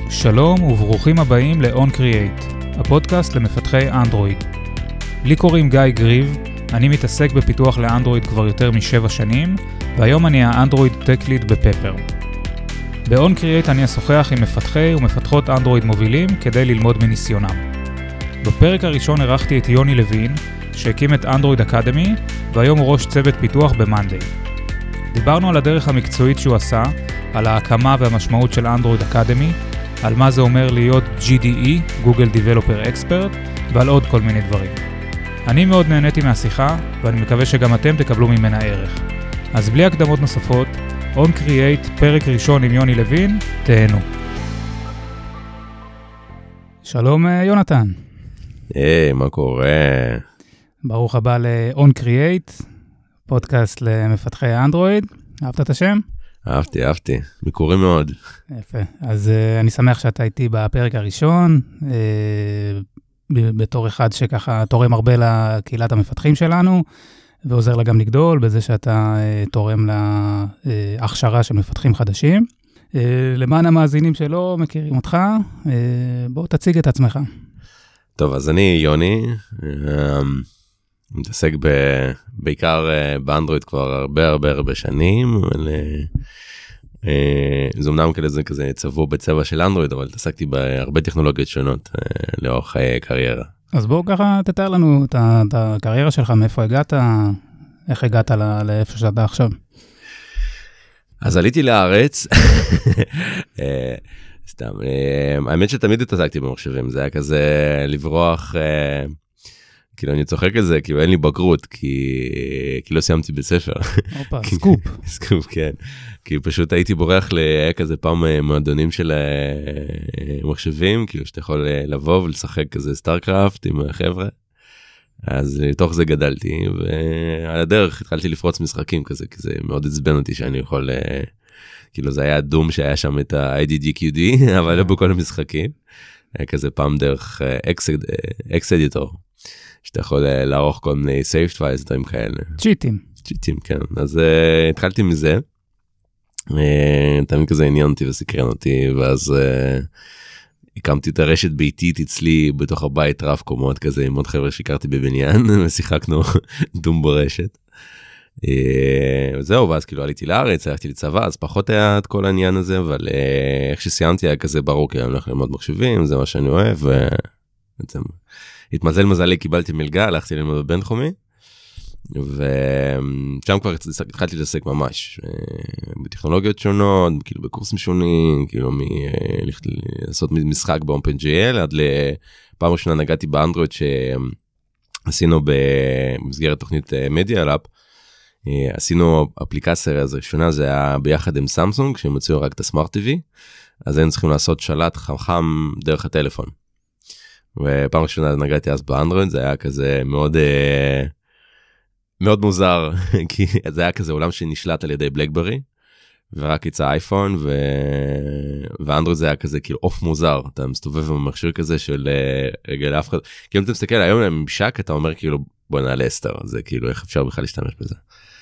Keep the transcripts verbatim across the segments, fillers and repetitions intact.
שלום וברוכים הבאים ל-On Create, הפודקאסט למפתחי אנדרואיד. לי קוראים גיא גריב, אני מתעסק בפיתוח לאנדרואיד כבר יותר משבע שנים, והיום אני האנדרואיד טק ליד בפפר. ב-On Create אני אשוחח עם מפתחי ומפתחות אנדרואיד מובילים כדי ללמוד מניסיונם. בפרק הראשון ערכתי את יוני לוין, שהקים את אנדרואיד אקדמי, והיום הוא ראש צוות פיתוח במאנדיי. דיברנו על הדרך המקצועית שהוא עשה, על ההקמה והמשמעות של אנדרואיד אקדמי, על מה זה אומר להיות ג'י די אי, Google Developer Expert, ועל עוד כל מיני דברים. אני מאוד נהניתי מהשיחה, ואני מקווה שגם אתם תקבלו ממנה ערך. אז בלי הקדמות נוספות, On Create, פרק ראשון עם יוני לוין, תהנו. שלום יונתן. היי, מה קורה? ברוך הבא ל-On Create, פודקאסט למפתחי אנדרואיד. אהבת את השם? אהבתי, אהבתי. מקורי מאוד. יפה. אז uh, אני שמח שאתה איתי בפרק הראשון, uh, בתור אחד שככה תורם הרבה לקהילת המפתחים שלנו, ועוזר לה גם לגדול בזה שאתה uh, תורם להכשרה של מפתחים חדשים. Uh, למען המאזינים שלא מכירים אותך, uh, בוא תציג את עצמך. טוב, אז אני יוני, uh, מתעסק ב, בעיקר uh, באנדרואיד כבר הרבה הרבה הרבה שנים, אבל... Uh, זה אומנם כזה, כזה צבוע בצבע של אנדרואיד, אבל התעסקתי בהרבה טכנולוגיות שונות לאורך חיי קריירה. אז בואו ככה תתאר לנו את הקריירה שלך, מאיפה הגעת, איך הגעת לאיפה שאתה עכשיו? אז עליתי לארץ, סתם, האמת שתמיד התעסקתי במחשבים, זה היה כזה לברוח, כאילו אני צוחק על זה, כאילו אין לי בגרות, כי לא סיימתי בית ספר. אופה, סקופ. סקופ, כן. כי פשוט הייתי בורח היה כזה פעם מועדונים של מחשבים, כאילו שאתה יכול לבוא ולשחק כזה סטארקראפט עם החבר'ה. אז לתוך זה גדלתי, ועל הדרך התחלתי לפרוץ משחקים כזה, כי זה מאוד עצבן אותי שאני יכול, כאילו זה היה דום שהיה שם את ה-איי די די קיו די, אבל לא בכל המשחקים. היה כזה פעם דרך אקס-אדיטור. שאתה יכול לערוך כל מיני saved files, דברים כאלה. צ'יטים. צ'יטים, כן. אז uh, התחלתי מזה, uh, תמיד כזה עניין אותי וסקרן אותי, ואז uh, הקמתי את הרשת ביתית אצלי בתוך הבית רב קומות כזה, עם עוד חבר'ה שהכרתי בבניין, ושיחקנו דום ברשת. Uh, וזהו, ואז כאילו עליתי לארץ, הלכתי לצבא, אז פחות היה את כל העניין הזה, אבל uh, איך שסיימתי היה כזה ברור, כי אני הולך ללמוד מחשבים, זה מה שאני אוהב, ובעצם... התמזל מזלי, קיבלתי מלגה, הלכתי ללמוד בבינתחומי, ושם כבר התחלתי להתעסק ממש, בטכנולוגיות שונות, כאילו בקורסים שונים, כאילו לעשות משחק ב-OpenGL, עד לפעם ראשונה נגעתי באנדרואיד שעשינו במסגרת תוכנית מדיה לאפ, עשינו אפליקציה הראשונה, זה היה ביחד עם סמסונג, שהם הוציאו רק את הסמארט טי וי, אז היינו צריכים לעשות שלט חכם דרך הטלפון. ופעם ראשונה נגעתי אז באנדרואיד, זה היה כזה מאוד, מאוד מוזר, כי זה היה כזה עולם שנשלט על ידי בלקברי, ורק יצא אייפון, ו... ואנדרואיד זה היה כזה כאילו אוף מוזר, אתה מסתובב במכשיר כזה של רגע לאף אחד, כאילו אם אתה מסתכל היום לממשק, אתה אומר כאילו בוא נעלה אסתר, זה כאילו איך אפשר בכלל להשתמש בזה.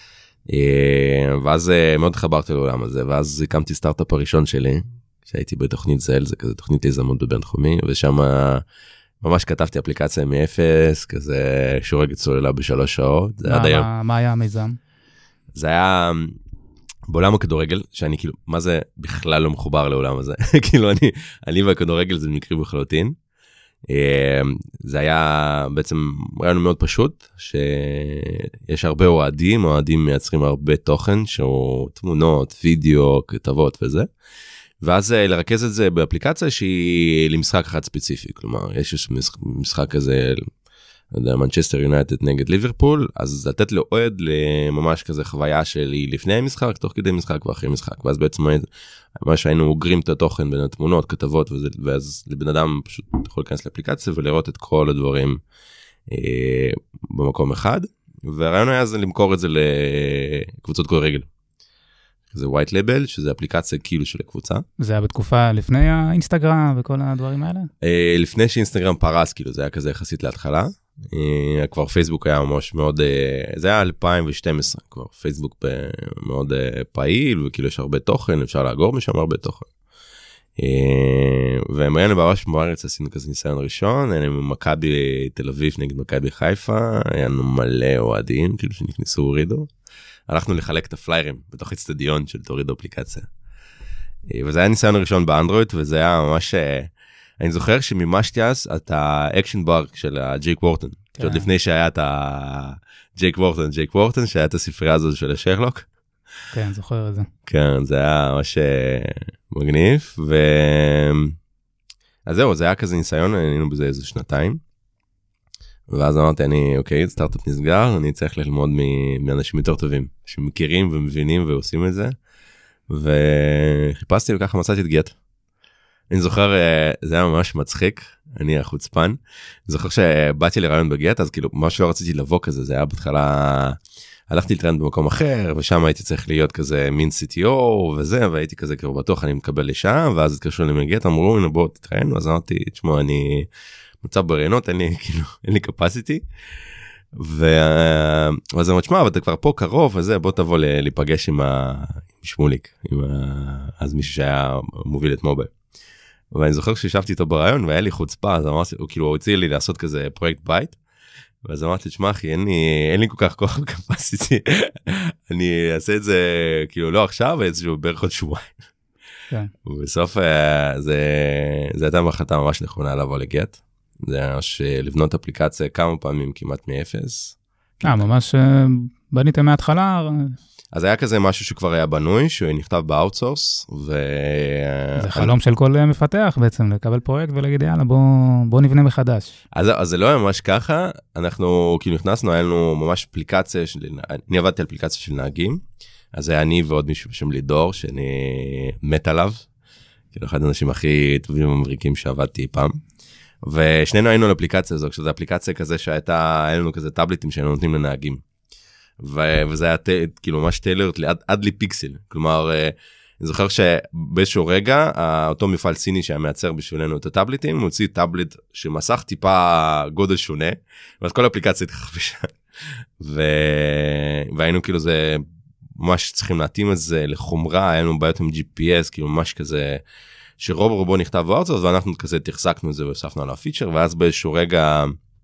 ואז מאוד חברתי לעולם הזה, ואז הקמתי סטארט-אפ הראשון שלי, שהייתי בתוכנית זל, זה כזה תוכנית ליזמות בבינתחומי, ושם ממש כתבתי אפליקציה מאפס, כזה שורגת צוללה בשלוש שעות. מה, מה היה המיזם? זה היה בעולם הכדורגל, שאני כאילו, מה זה בכלל לא מחובר לעולם הזה? כאילו אני, אני והכדורגל זה מקרי בחלוטין. זה היה בעצם רעיון מאוד פשוט, שיש הרבה אוהדים, אוהדים מייצרים הרבה תוכן, שהוא תמונות, וידאו, כתבות וזה. ואז לרכז את זה באפליקציה שהיא למשחק אחד ספציפי, כלומר, יש משחק כזה, לא יודע, מנצ'סטר יונייטד נגד ליברפול, אז לתת לו אוהד לממש כזה חוויה שלי לפני המשחק, תוך כדי משחק ואחרי משחק, ואז בעצם ממש היינו אוגרים את התוכן בין התמונות, כתבות, וזה, ואז לבן אדם פשוט יכול להיכנס לאפליקציה ולראות את כל הדברים אה, במקום אחד, והרעיון היה זה למכור את זה לקבוצות כדורגל. זה white label, שזה אפליקציה כאילו של הקבוצה. זה היה בתקופה לפני האינסטגרם וכל הדברים האלה? לפני שאינסטגרם פרס, כאילו זה היה כזה יחסית להתחלה. כבר פייסבוק היה ממש מאוד, זה היה אלפיים ושתים עשרה, כבר פייסבוק מאוד פעיל, וכאילו יש הרבה תוכן, אפשר לאגור משם הרבה תוכן. ומעיינו בראש בארץ עשינו כזה ניסיון ראשון, היה לנו מכבי תל אביב נגד מכבי חיפה, היה לנו מלא אוהדים, כאילו שנכנסו הורידו, הלכנו לחלק את הפליירים בתוך אצטדיון של תורידו אפליקציה. וזה היה ניסיון ראשון באנדרואיד, וזה היה ממש, אני זוכר שמימשתי אז את האקשן בר של ג'ייק וורטון, שעוד לפני שהיה את הג'ייק וורטון, ג'ייק וורטון, שהיה את הספרייה הזו של השרלוק. כן, זוכר את זה. כן, זה היה ממש מגניב, ו... אז זהו, זה היה כזה ניסיון, היינו בזה איזה שנתיים, ואז אמרתי, אני, אוקיי, סטארט-אפ נסגר, אני צריך ללמוד מאנשים יותר טובים, שמכירים ומבינים ועושים את זה, וחיפשתי וככה מצאתי את גט. אני זוכר, זה היה ממש מצחיק, אני החוצפן, אני זוכר שבאתי לרעיון בגט, אז כאילו, משהו לא רציתי לבוא כזה, זה היה בהתחלה... הלכתי לטרנד במקום אחר, ושם הייתי צריך להיות כזה מין סי טי או וזה, והייתי כזה כאילו בטוח אני מקבל לשם, ואז התקשרו לי מגט, אמרו, הנה בוא תתראיין, אז אמרתי, תשמעו, אני מצב ברעיונות, אין לי כאילו, אין לי capacity, ואז אמרתי, תשמע, אבל אתה כבר פה קרוב, וזה, בוא תבוא להיפגש עם שמוליק, עם אז מישהו שהיה מוביל את מובייל. ואני זוכר שישבתי איתו ברעיון, והיה לי חוצפה, אז אמרתי, הוא כאילו הוציא לי לעשות כזה פרויקט בית, ואז אמרתי, תשמע אחי, אין לי, אין לי כל כך כוח קפסיטי, אני אעשה את זה כאילו לא עכשיו, איזשהו בערך עוד שבועיים. ובסוף זה, זה הייתה מחלטה ממש נכונה לבוא לגט, זה היה לבנות אפליקציה כמה פעמים כמעט מאפס. אה, ממש בניתם מההתחלה. אז היה כזה משהו שכבר היה בנוי, שהוא נכתב באוטסורס, ו... זה חלום של כל מפתח בעצם, לקבל פרויקט ולהגיד, יאללה, בוא, בוא נבנה מחדש. אז, אז זה לא היה ממש ככה, אנחנו כאילו נכנסנו, היה לנו ממש אפליקציה, של... אני עבדתי על אפליקציה של נהגים, אז היה אני ועוד מישהו בשם לידור, שאני מת עליו, כאילו אחד האנשים הכי טובים ומבריקים שעבדתי פעם, ושנינו היינו על אפליקציה הזו, כשזו אפליקציה כזה שהייתה, היה לנו כזה טאבלטים שהיינו נותנים לנהגים. וזה היה כאילו ממש טיילרט עד לפיקסל, כלומר אני זוכר שבאיזשהו רגע אותו מפעל סיני שהיה מייצר בשבילנו את הטאבלטים, הוא הוציא טאבלט שמסך טיפה גודל שונה, ואז כל האפליקציה התחפשה, והיינו כאילו זה ממש צריכים להתאים את זה לחומרה, היה לנו בעיות עם ג'י פי אס, כאילו ממש כזה שרוב רובו נכתב בארצות, ואנחנו כזה תחזקנו את זה והוספנו על הפיצ'ר, ואז באיזשהו רגע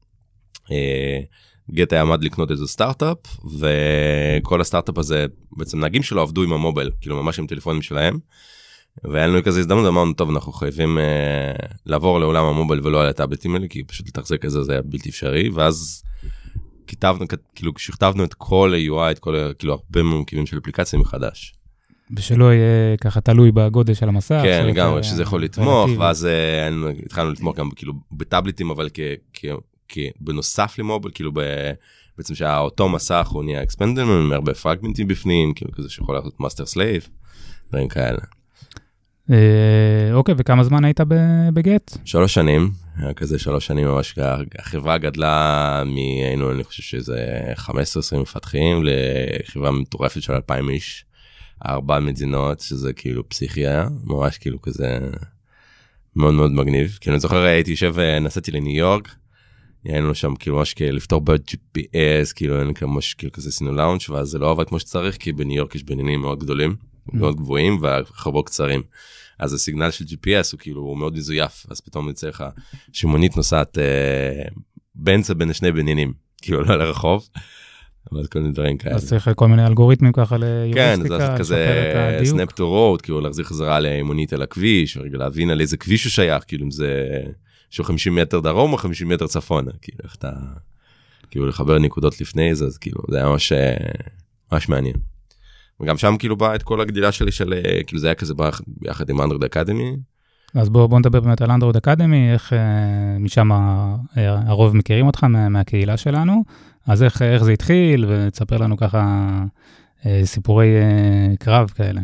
גט היה עמד לקנות איזה סטארט-אפ, וכל הסטארט-אפ הזה, בעצם נהגים שלו עבדו עם המובייל, כאילו ממש עם טלפונים שלהם, והיה לנו כזה הזדמנות, אמרנו, טוב, אנחנו חייבים אה, לעבור לעולם המובייל ולא על הטאבלטים האלה, כי פשוט לתחזק את זה, זה היה בלתי אפשרי, ואז כתבנו, כאילו, שכתבנו את כל ה-יו איי, את כל, כאילו, הרבה מרכיבים של אפליקציה מחדש. ושלא יהיה ככה תלוי בגודל של המסך. כן, לגמרי, שזה יכול לתמוך, ואז אה, התחלנו לתמוך גם, כאילו, בטאבלטים, אבל כ... כ כי בנוסף למובייל, כאילו בעצם שהאותו מסך הוא נהיה אקספנדל, עם הרבה פרגמנטים בפנים, כאילו כזה שיכול לעשות מאסטר סלייב, דברים כאלה. אוקיי, וכמה זמן היית בגט? שלוש שנים, היה כזה שלוש שנים ממש, החברה גדלה מהיינו, אני חושב שזה חמש עשרה עשרים מפתחים, לחברה מטורפת של אלפיים איש, ארבע מדינות, שזה כאילו פסיכיה, ממש כאילו כזה מאוד מאוד מגניב. כאילו אני זוכר, הייתי יושב, נסעתי לניו יורק, היינו שם כאילו ממש לפתור ב-ג'י פי אס, כאילו אין ממש כאילו כזה סינו לאונג', ואז זה לא עבד כמו שצריך, כי בניו יורק יש בניינים מאוד גדולים, מאוד גבוהים, והחרבות קצרים. אז הסיגנל של ג'י פי אס הוא כאילו הוא מאוד מזויף, אז פתאום יצא לך שמונית נוסעת אה, באמצע בין שני בניינים, כאילו לא לרחוב, אבל כל מיני דברים כאלה. אז צריך כל מיני אלגוריתמים ככה ליוריסטיקה. כן, זה כזה סנאפ טו רוד, כאילו להחזיר חזרה למונית על הכביש, ורגע להבין על איזה כביש הוא שייך, כאילו אם זה... שהוא חמישים מטר דרום או חמישים מטר צפון, כאילו איך אתה, כאילו לחבר נקודות לפני זה, אז כאילו זה היה ממש, ממש מעניין. וגם שם כאילו בא את כל הגדילה שלי של, כאילו זה היה כזה בא ביחד עם אנדרואיד אקדמי. אז בואו בוא נדבר באמת על אנדרואיד אקדמי, איך משם הרוב מכירים אותך מהקהילה שלנו, אז איך, איך זה התחיל, ותספר לנו ככה סיפורי קרב כאלה.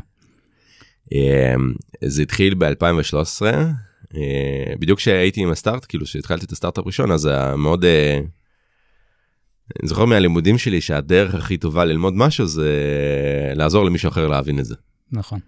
זה התחיל ב-אלפיים ושלוש עשרה, בדיוק כשהייתי עם הסטארט, כאילו שהתחלתי את הסטארט הראשון, אז זה מאוד, אני זוכר מהלימודים שלי שהדרך הכי טובה ללמוד משהו זה לעזור למישהו אחר להבין את זה. נכון.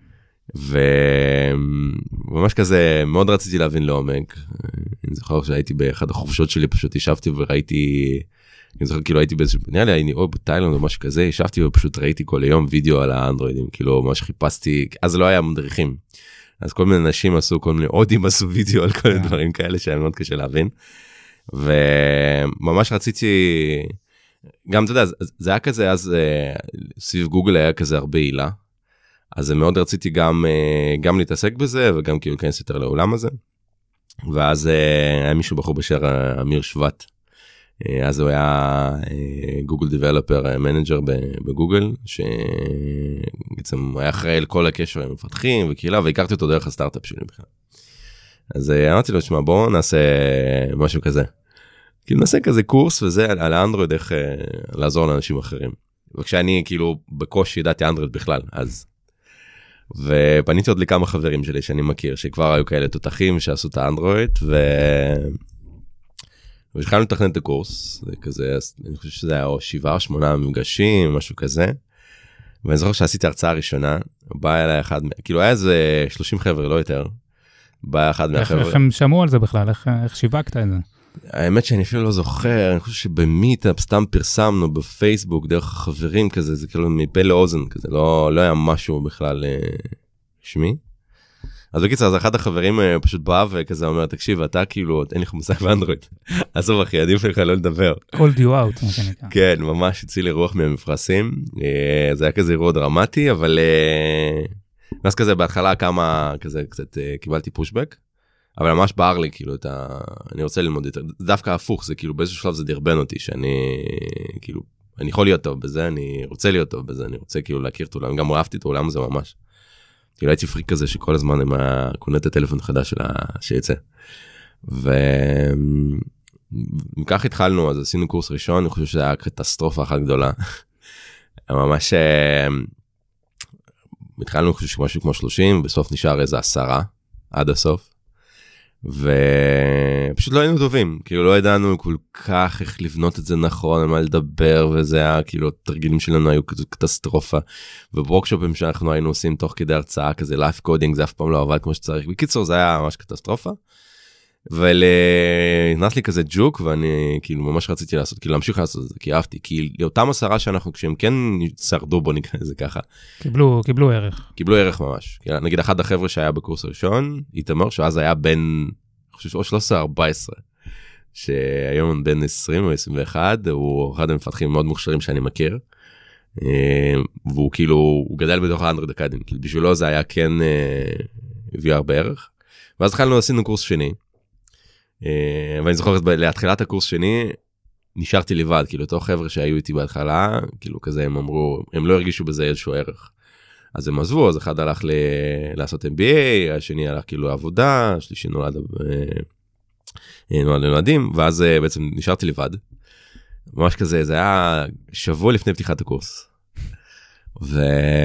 וממש כזה מאוד רציתי להבין לעומק. אני זוכר שהייתי באחד החופשות שלי, פשוט ישבתי וראיתי, אני זוכר כאילו הייתי באיזשהו, נראה לי הייתי או בתאילנד או משהו כזה, ישבתי ופשוט ראיתי כל היום וידאו על האנדרואידים, כאילו ממש חיפשתי, אז לא היה מדריכים. אז כל מיני אנשים עשו, כל מיני אודים עשו וידאו על כל מיני דברים כאלה שהיה מאוד קשה להבין. וממש רציתי, גם אתה יודע, זה היה כזה, אז סביב גוגל היה כזה הרבה עילה, אז מאוד רציתי גם, גם להתעסק בזה, וגם כאילו להיכנס יותר לעולם הזה. ואז היה מישהו בחור בשם אמיר שבט, אז הוא היה גוגל דיבלופר מנג'ר בגוגל, שבעצם היה אחראי על כל הקשר עם מפתחים וקהילה, והכרתי אותו דרך הסטארט-אפ שלי בכלל. אז אמרתי לו, שמה, בואו נעשה משהו כזה. כאילו נעשה כזה קורס וזה על האנדרואיד, איך לעזור לאנשים אחרים. וכשאני כאילו בקושי ידעתי אנדרואיד בכלל, אז... ופניתי עוד לכמה חברים שלי שאני מכיר, שכבר היו כאלה תותחים שעשו את האנדרואיד, ו... והתחלנו לתכנן את הקורס, זה כזה, אני חושב שזה היה או שבעה או שמונה מפגשים, משהו כזה. ואני זוכר שעשיתי הרצאה ראשונה, בא אליי אחד, כאילו היה איזה שלושים חבר'ה, לא יותר. בא אחד מהחבר'ה. איך הם שמעו על זה בכלל? איך, איך שיווקת את זה? האמת שאני אפילו לא זוכר, אני חושב שבמיטאפ סתם פרסמנו בפייסבוק, דרך החברים כזה, זה כאילו מפה לאוזן כזה, לא, לא היה משהו בכלל שמי. אז בקיצור, אז אחד החברים פשוט בא וכזה אומר, תקשיב, אתה כאילו, אין לך מושג באנדרואיד. עזוב אחי, עדיף לך לא לדבר. called you out, מה שנקרא. כן, ממש הציל לי רוח מהמפרשים. זה היה כזה אירוע דרמטי, אבל... ואז כזה בהתחלה כמה, כזה קצת קיבלתי פושבק, אבל ממש בער לי כאילו את ה... אני רוצה ללמוד יותר. דווקא הפוך, זה כאילו באיזשהו שלב זה דרבן אותי, שאני כאילו, אני יכול להיות טוב בזה, אני רוצה להיות טוב בזה, אני רוצה כאילו להכיר את העולם, גם אהבתי את העולם הזה ממש. כאילו הייתי פריק כזה שכל הזמן עם הקונה את הטלפון החדש שלה שיצא. ומכך התחלנו, אז עשינו קורס ראשון, אני חושב שזה היה קטסטרופה אחת גדולה. ממש התחלנו, אני חושב משהו כמו שלושים, בסוף נשאר איזה עשרה, עד הסוף. ופשוט לא היינו טובים, כאילו לא ידענו כל כך איך לבנות את זה נכון, על מה לדבר, וזה היה כאילו, תרגילים שלנו היו כזו קטסטרופה, וברוקשופים שאנחנו היינו עושים תוך כדי הרצאה, כזה לייף קודינג, זה אף פעם לא עבד כמו שצריך, בקיצור זה היה ממש קטסטרופה, ונכנס לי כזה ג'וק, ואני כאילו ממש רציתי לעשות, כאילו להמשיך לעשות את זה, כי אהבתי, כי לאותם עשרה שאנחנו, כשהם כן שרדו בו נקרא את זה ככה. קיבלו, קיבלו ערך. קיבלו ערך ממש. נגיד אחד החבר'ה שהיה בקורס הראשון, איתמר, שאז היה בין, אני חושב, או שלוש עשרה ארבע עשרה, שהיום בין עשרים או עשרים ואחת, הוא אחד המפתחים מאוד מוכשרים שאני מכיר, והוא כאילו, הוא גדל בתוך האנדרואיד אקדמי, כאילו בשבילו זה היה כן הביא הרבה ערך, ואז התחלנו עשינו קורס שני, ואני זוכר להתחילת הקורס שני, נשארתי לבד, כאילו אותו חבר'ה שהיו איתי בהתחלה, כאילו כזה הם אמרו, הם לא הרגישו בזה איזשהו ערך. אז הם עזבו, אז אחד הלך ל... לעשות אם בי איי, השני הלך כאילו לעבודה, השלישי נולד, נולד לנולדים, ואז בעצם נשארתי לבד. ממש כזה, זה היה שבוע לפני פתיחת הקורס. ו...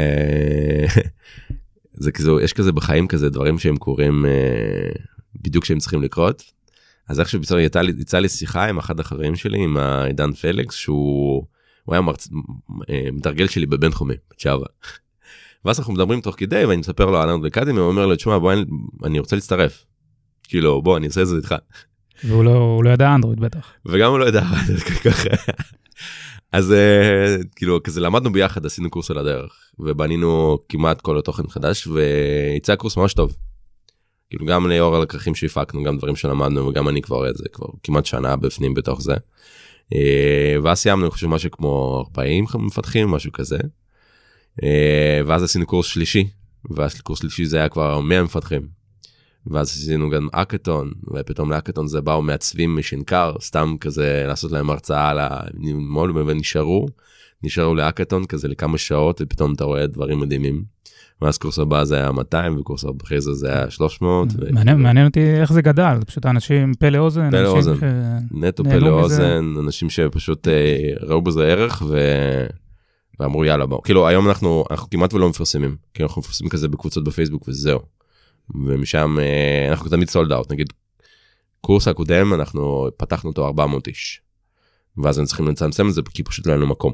זה כזה, יש כזה בחיים כזה דברים שהם קורים בדיוק שהם צריכים לקרות. אז איכשהו בצורה יצא לי, יצא לי שיחה עם אחד החברים שלי, עם עידן פליקס, שהוא היה מרצ... מתרגל שלי בבינתחומי, בצ'אווה. ואז אנחנו מדברים תוך כדי, ואני מספר לו על האנדרואיד אקדמי, הוא אומר לו, תשמע, בוא, אני, אני רוצה להצטרף. כאילו, בוא, אני אעשה את זה איתך. והוא לא, הוא לא ידע אנדרואיד בטח. וגם הוא לא ידע, ככה. אז כאילו, כזה למדנו ביחד, עשינו קורס על הדרך, ובנינו כמעט כל התוכן חדש, ויצא קורס ממש טוב. כאילו גם ליאור על הכרכים שהפקנו, גם דברים שלמדנו, וגם אני כבר איזה, כבר כמעט שנה בפנים בתוך זה. ואז סיימנו, אני חושב, משהו כמו ארבעים מפתחים, משהו כזה. ואז עשינו קורס שלישי, ואז קורס שלישי זה היה כבר מאה מפתחים. ואז עשינו גם אקאטון, ופתאום לאקאטון זה באו מעצבים משנקר, סתם כזה לעשות להם הרצאה על המול, ונשארו, נשארו לאקאטון כזה לכמה שעות, ופתאום אתה רואה דברים מדהימים. ואז קורס הבא זה היה מאתיים, וקורס אחרי זה זה היה שלוש מאות. מעניין אותי איך זה גדל, פשוט אנשים פה לאוזן. פה לאוזן, נטו פה לאוזן, אנשים שפשוט ראו בזה ערך, ואמרו יאללה בואו. כאילו היום אנחנו כמעט ולא מפרסמים, כי אנחנו מפרסמים כזה בקבוצות בפייסבוק וזהו. ומשם אנחנו תמיד סולד אאוט, נגיד קורס הקודם אנחנו פתחנו אותו ארבע מאות איש, ואז אנחנו צריכים לצמצם את זה, כי פשוט לא היה לנו מקום.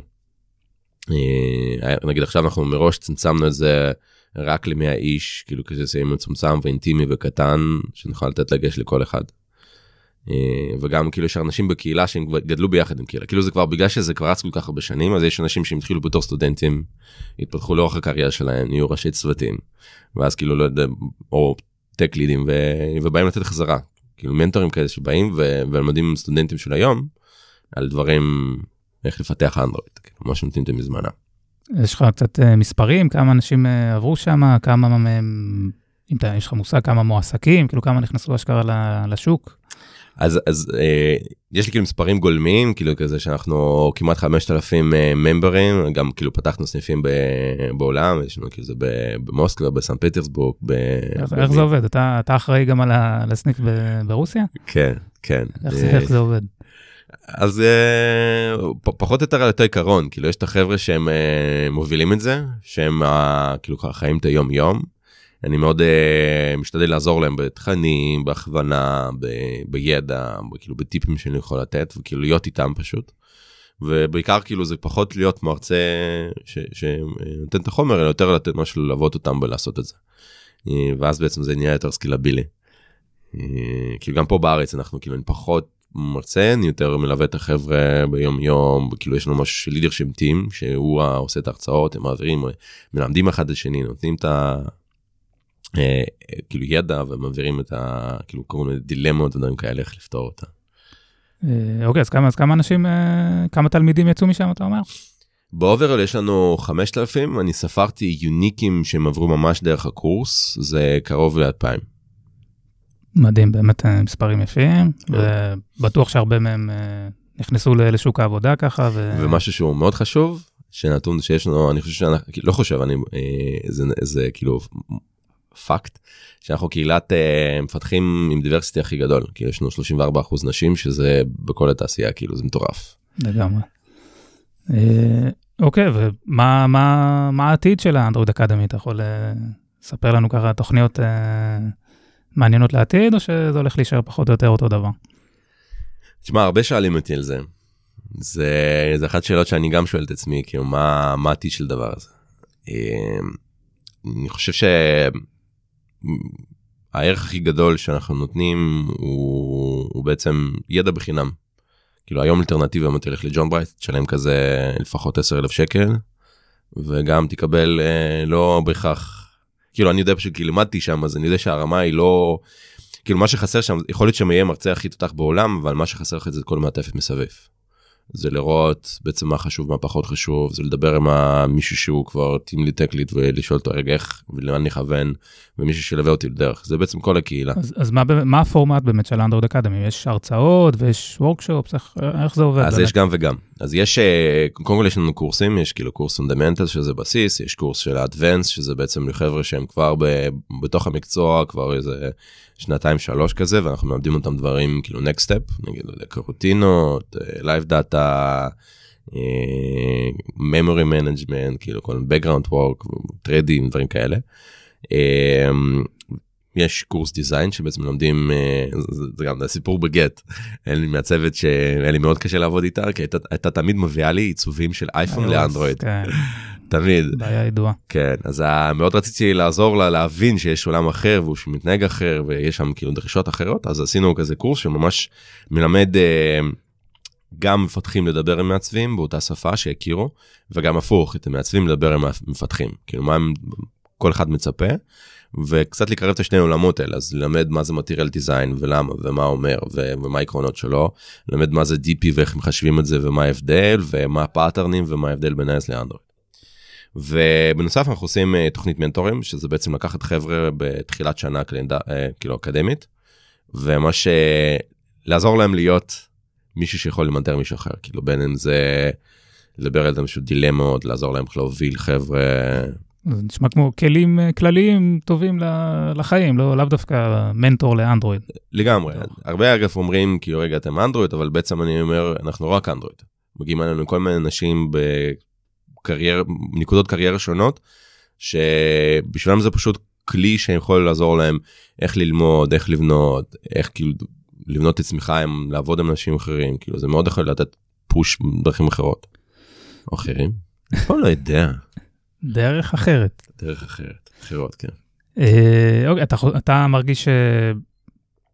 נגיד עכשיו אנחנו מראש צמצמנו את זה רק ל-מאה איש, כאילו כזה זה יהיה מצומצם ואינטימי וקטן, שנוכל לתת לגש לכל אחד. וגם כאילו יש אנשים בקהילה שהם גדלו ביחד עם קהילה, כאילו זה כבר בגלל שזה כבר רץ כל כך הרבה שנים, אז יש אנשים שהם התחילו בתור סטודנטים, התפתחו לאורך הקריירה שלהם, נהיו ראשי צוותים, ואז כאילו לא יודע, או טק לידים, ובאים לתת חזרה, כאילו מנטורים כאלה שבאים ולמדים עם סטודנטים של היום, על דברים, איך לפתח אנדרואיד, כאילו מה שנותנים אתם מזמנה. יש לך קצת מספרים, כמה אנשים עברו שם, כמה מהם, אם יש לך מושג, כמה מועסקים, כאילו כמה נכנסו השקרה לשוק? אז, אז אה, יש לי כאילו מספרים גולמיים, כאילו כזה שאנחנו כמעט חמשת אלפים אה, ממברים, גם כאילו פתחנו סניפים ב, בעולם, יש לנו כאילו זה במוסקבה, בסן פטרסבורג. ב, איך, איך זה עובד? אתה, אתה אחראי גם על הסניף ב, ברוסיה? כן, כן. איך זה, איך זה עובד? אז אה, פ, פחות או יותר על אותו עיקרון, כאילו יש את החבר'ה שהם אה, מובילים את זה, שהם אה, כאילו חיים את היום יום, אני מאוד uh, משתדל לעזור להם בתכנים, בהכוונה, ב- בידע, כאילו בטיפים שאני יכול לתת, וכאילו להיות איתם פשוט. ובעיקר כאילו זה פחות להיות מרצה ש- שנותן את החומר, אלא יותר לתת משהו ללוות אותם ולעשות את זה. ואז בעצם זה נהיה יותר סקילבילי. כאילו גם פה בארץ אנחנו כאילו אני פחות מרצה, אני יותר מלווה את החבר'ה ביום יום, כאילו יש לנו משהו של לידרשיפ טים, שהוא עושה את ההרצאות, הם מעבירים, מלמדים אחד לשני, נותנים את ה... כאילו ידע ומעבירים את ה... כאילו כל מיני דילמות ודברים כאלה, איך לפתור אותה. אוקיי, אז כמה, אז כמה אנשים, כמה תלמידים יצאו משם, אתה אומר? באוברול יש לנו חמשת אלפים, אני ספרתי יוניקים שהם עברו ממש דרך הקורס, זה קרוב ל-אלפיים. מדהים, באמת מספרים יפים, ובטוח שהרבה מהם נכנסו לשוק העבודה ככה. ו... ומשהו שהוא מאוד חשוב, שנתון שיש לנו, אני חושב שאני, לא חושב, אני, זה, זה כאילו פקט, שאנחנו קהילת מפתחים עם דיברסיטי הכי גדול, כי יש לנו שלושים וארבעה אחוז נשים, שזה בכל התעשייה, כאילו זה מטורף. לגמרי. אוקיי, ומה מה, מה העתיד של האנדרואיד אקדמי? אתה יכול לספר לנו ככה תוכניות מעניינות לעתיד, או שזה הולך להישאר פחות או יותר אותו דבר? תשמע, הרבה שואלים אותי על זה. זה, זה אחת שאלות שאני גם שואל את עצמי, כאילו, מה, מה העתיד של דבר הזה? אני חושב שהערך הכי גדול שאנחנו נותנים הוא, הוא בעצם ידע בחינם. כאילו, היום אלטרנטיבה, אם אתה הולך לג'ון ברייט, תשלם כזה לפחות עשרת אלפים שקל, וגם תקבל לא בהכרח, כאילו, אני יודע פשוט, כי למדתי שם, אז אני יודע שהרמה היא לא, כאילו, מה שחסר שם, יכול להיות שם יהיה מרצה הכי תותח בעולם, אבל מה שחסר לך זה כל מעטפת מסביב. זה לראות בעצם מה חשוב, מה פחות חשוב, זה לדבר עם מישהו שהוא כבר טים לי טקליט, ולשאול אותו רגע איך, ולאן נכוון, ומישהו שלווה אותי לדרך. זה בעצם כל הקהילה. אז, אז מה, מה הפורמט באמת של האנדרואיד אקדמי? יש הרצאות ויש וורקשופס, איך, איך זה עובד? אז באמת? יש גם וגם. אז יש, קודם כל יש לנו קורסים, יש כאילו קורס פונדמנטל שזה בסיס, יש קורס של האדוונס, שזה בעצם לחבר'ה שהם כבר ב, בתוך המקצוע, כבר איזה שנתיים שלוש כזה, ואנחנו מלמדים אותם דברים כאילו next step, נגיד קרוטינות, live data, memory management, כאילו כל background work, טריידים, דברים כאלה. יש קורס דיזיין שבעצם מלמדים, זה גם סיפור בגט, אין לי מהצוות שהיה לי מאוד קשה לעבוד איתה, כי הייתה תמיד מביאה לי עיצובים של אייפון לאנדרואיד. תמיד. בעיה ידועה. כן, אז מאוד רציתי לעזור לה להבין שיש עולם אחר, והוא שמתנהג אחר, ויש שם כאילו דרישות אחרות, אז עשינו כזה קורס שממש מלמד גם מפתחים לדבר עם מעצבים באותה שפה שיכירו, וגם הפוך, את המעצבים לדבר עם מפתחים, כאילו מה כל אחד מצפה, וקצת לקרב את השני עולמות האלה, אז ללמד מה זה material design ולמה ומה אומר ומה העקרונות שלו, ללמד מה זה די פי ואיך מחשבים את זה ומה ההבדל ומה הפאטרנים ומה ההבדל בין איי אס לאנדרואיד. ובנוסף אנחנו עושים תוכנית מנטורים, שזה בעצם לקחת חבר'ה בתחילת שנה קלנדה, כאילו אקדמית, וממש לעזור להם להיות מישהו שיכול למנטר מישהו אחר, כאילו בין אם זה לדבר על משהו דילמות, לעזור להם להוביל חבר'ה, זה נשמע כמו כלים כלליים טובים לחיים, לא לאו דווקא מנטור לאנדרואיד. לגמרי. הרבה אגב אומרים, כאילו רגע אתם אנדרואיד, אבל בעצם אני אומר, אנחנו רק אנדרואיד. מגיעים אלינו כל מיני אנשים בקריירה, נקודות קריירה שונות, שבשבילם זה פשוט כלי שיכול לעזור להם איך ללמוד, איך לבנות, איך כאילו לבנות את עצמך, לעבוד עם אנשים אחרים, כאילו זה מאוד יכול לתת פוש בדרכים אחרות. או אחרים? אני לא יודע. דרך אחרת. דרך אחרת, אחרות, כן. אוקיי, אתה, אתה מרגיש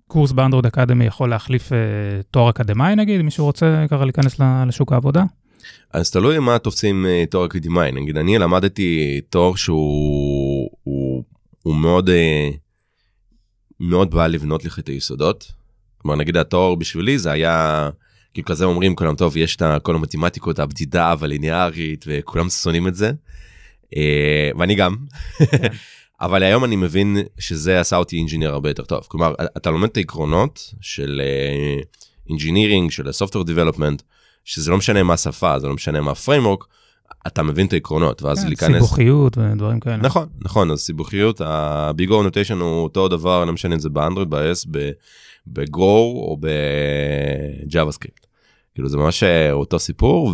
קורס באנדרואיד אקדמי יכול להחליף תואר אקדמי, נגיד, מישהו רוצה ככה להיכנס לשוק העבודה? אז תלוי מה תופסים תואר אקדמי. נגיד, אני למדתי תואר שהוא הוא, הוא מאוד, מאוד בא לבנות לך את היסודות. כלומר, נגיד, התואר בשבילי זה היה, כאילו כזה אומרים, כולם טוב, יש את כל המתמטיקות, הבדידה והליניארית, וכולם שונאים את זה. ואני גם. אבל היום אני מבין שזה עשה אותי אינג'יניר הרבה יותר טוב. כלומר, אתה לומד את העקרונות של אינג'ינירינג, של software development, שזה לא משנה מה השפה, זה לא משנה מה הפריימורק, אתה מבין את העקרונות, ואז להיכנס... סיבוכיות ודברים כאלה. נכון, נכון, אז סיבוכיות, ה-Big O Notation הוא אותו דבר, לא משנה אם זה באנדרואיד, ב-S, ב-Go או ב-JavaScript. כאילו זה ממש אותו סיפור,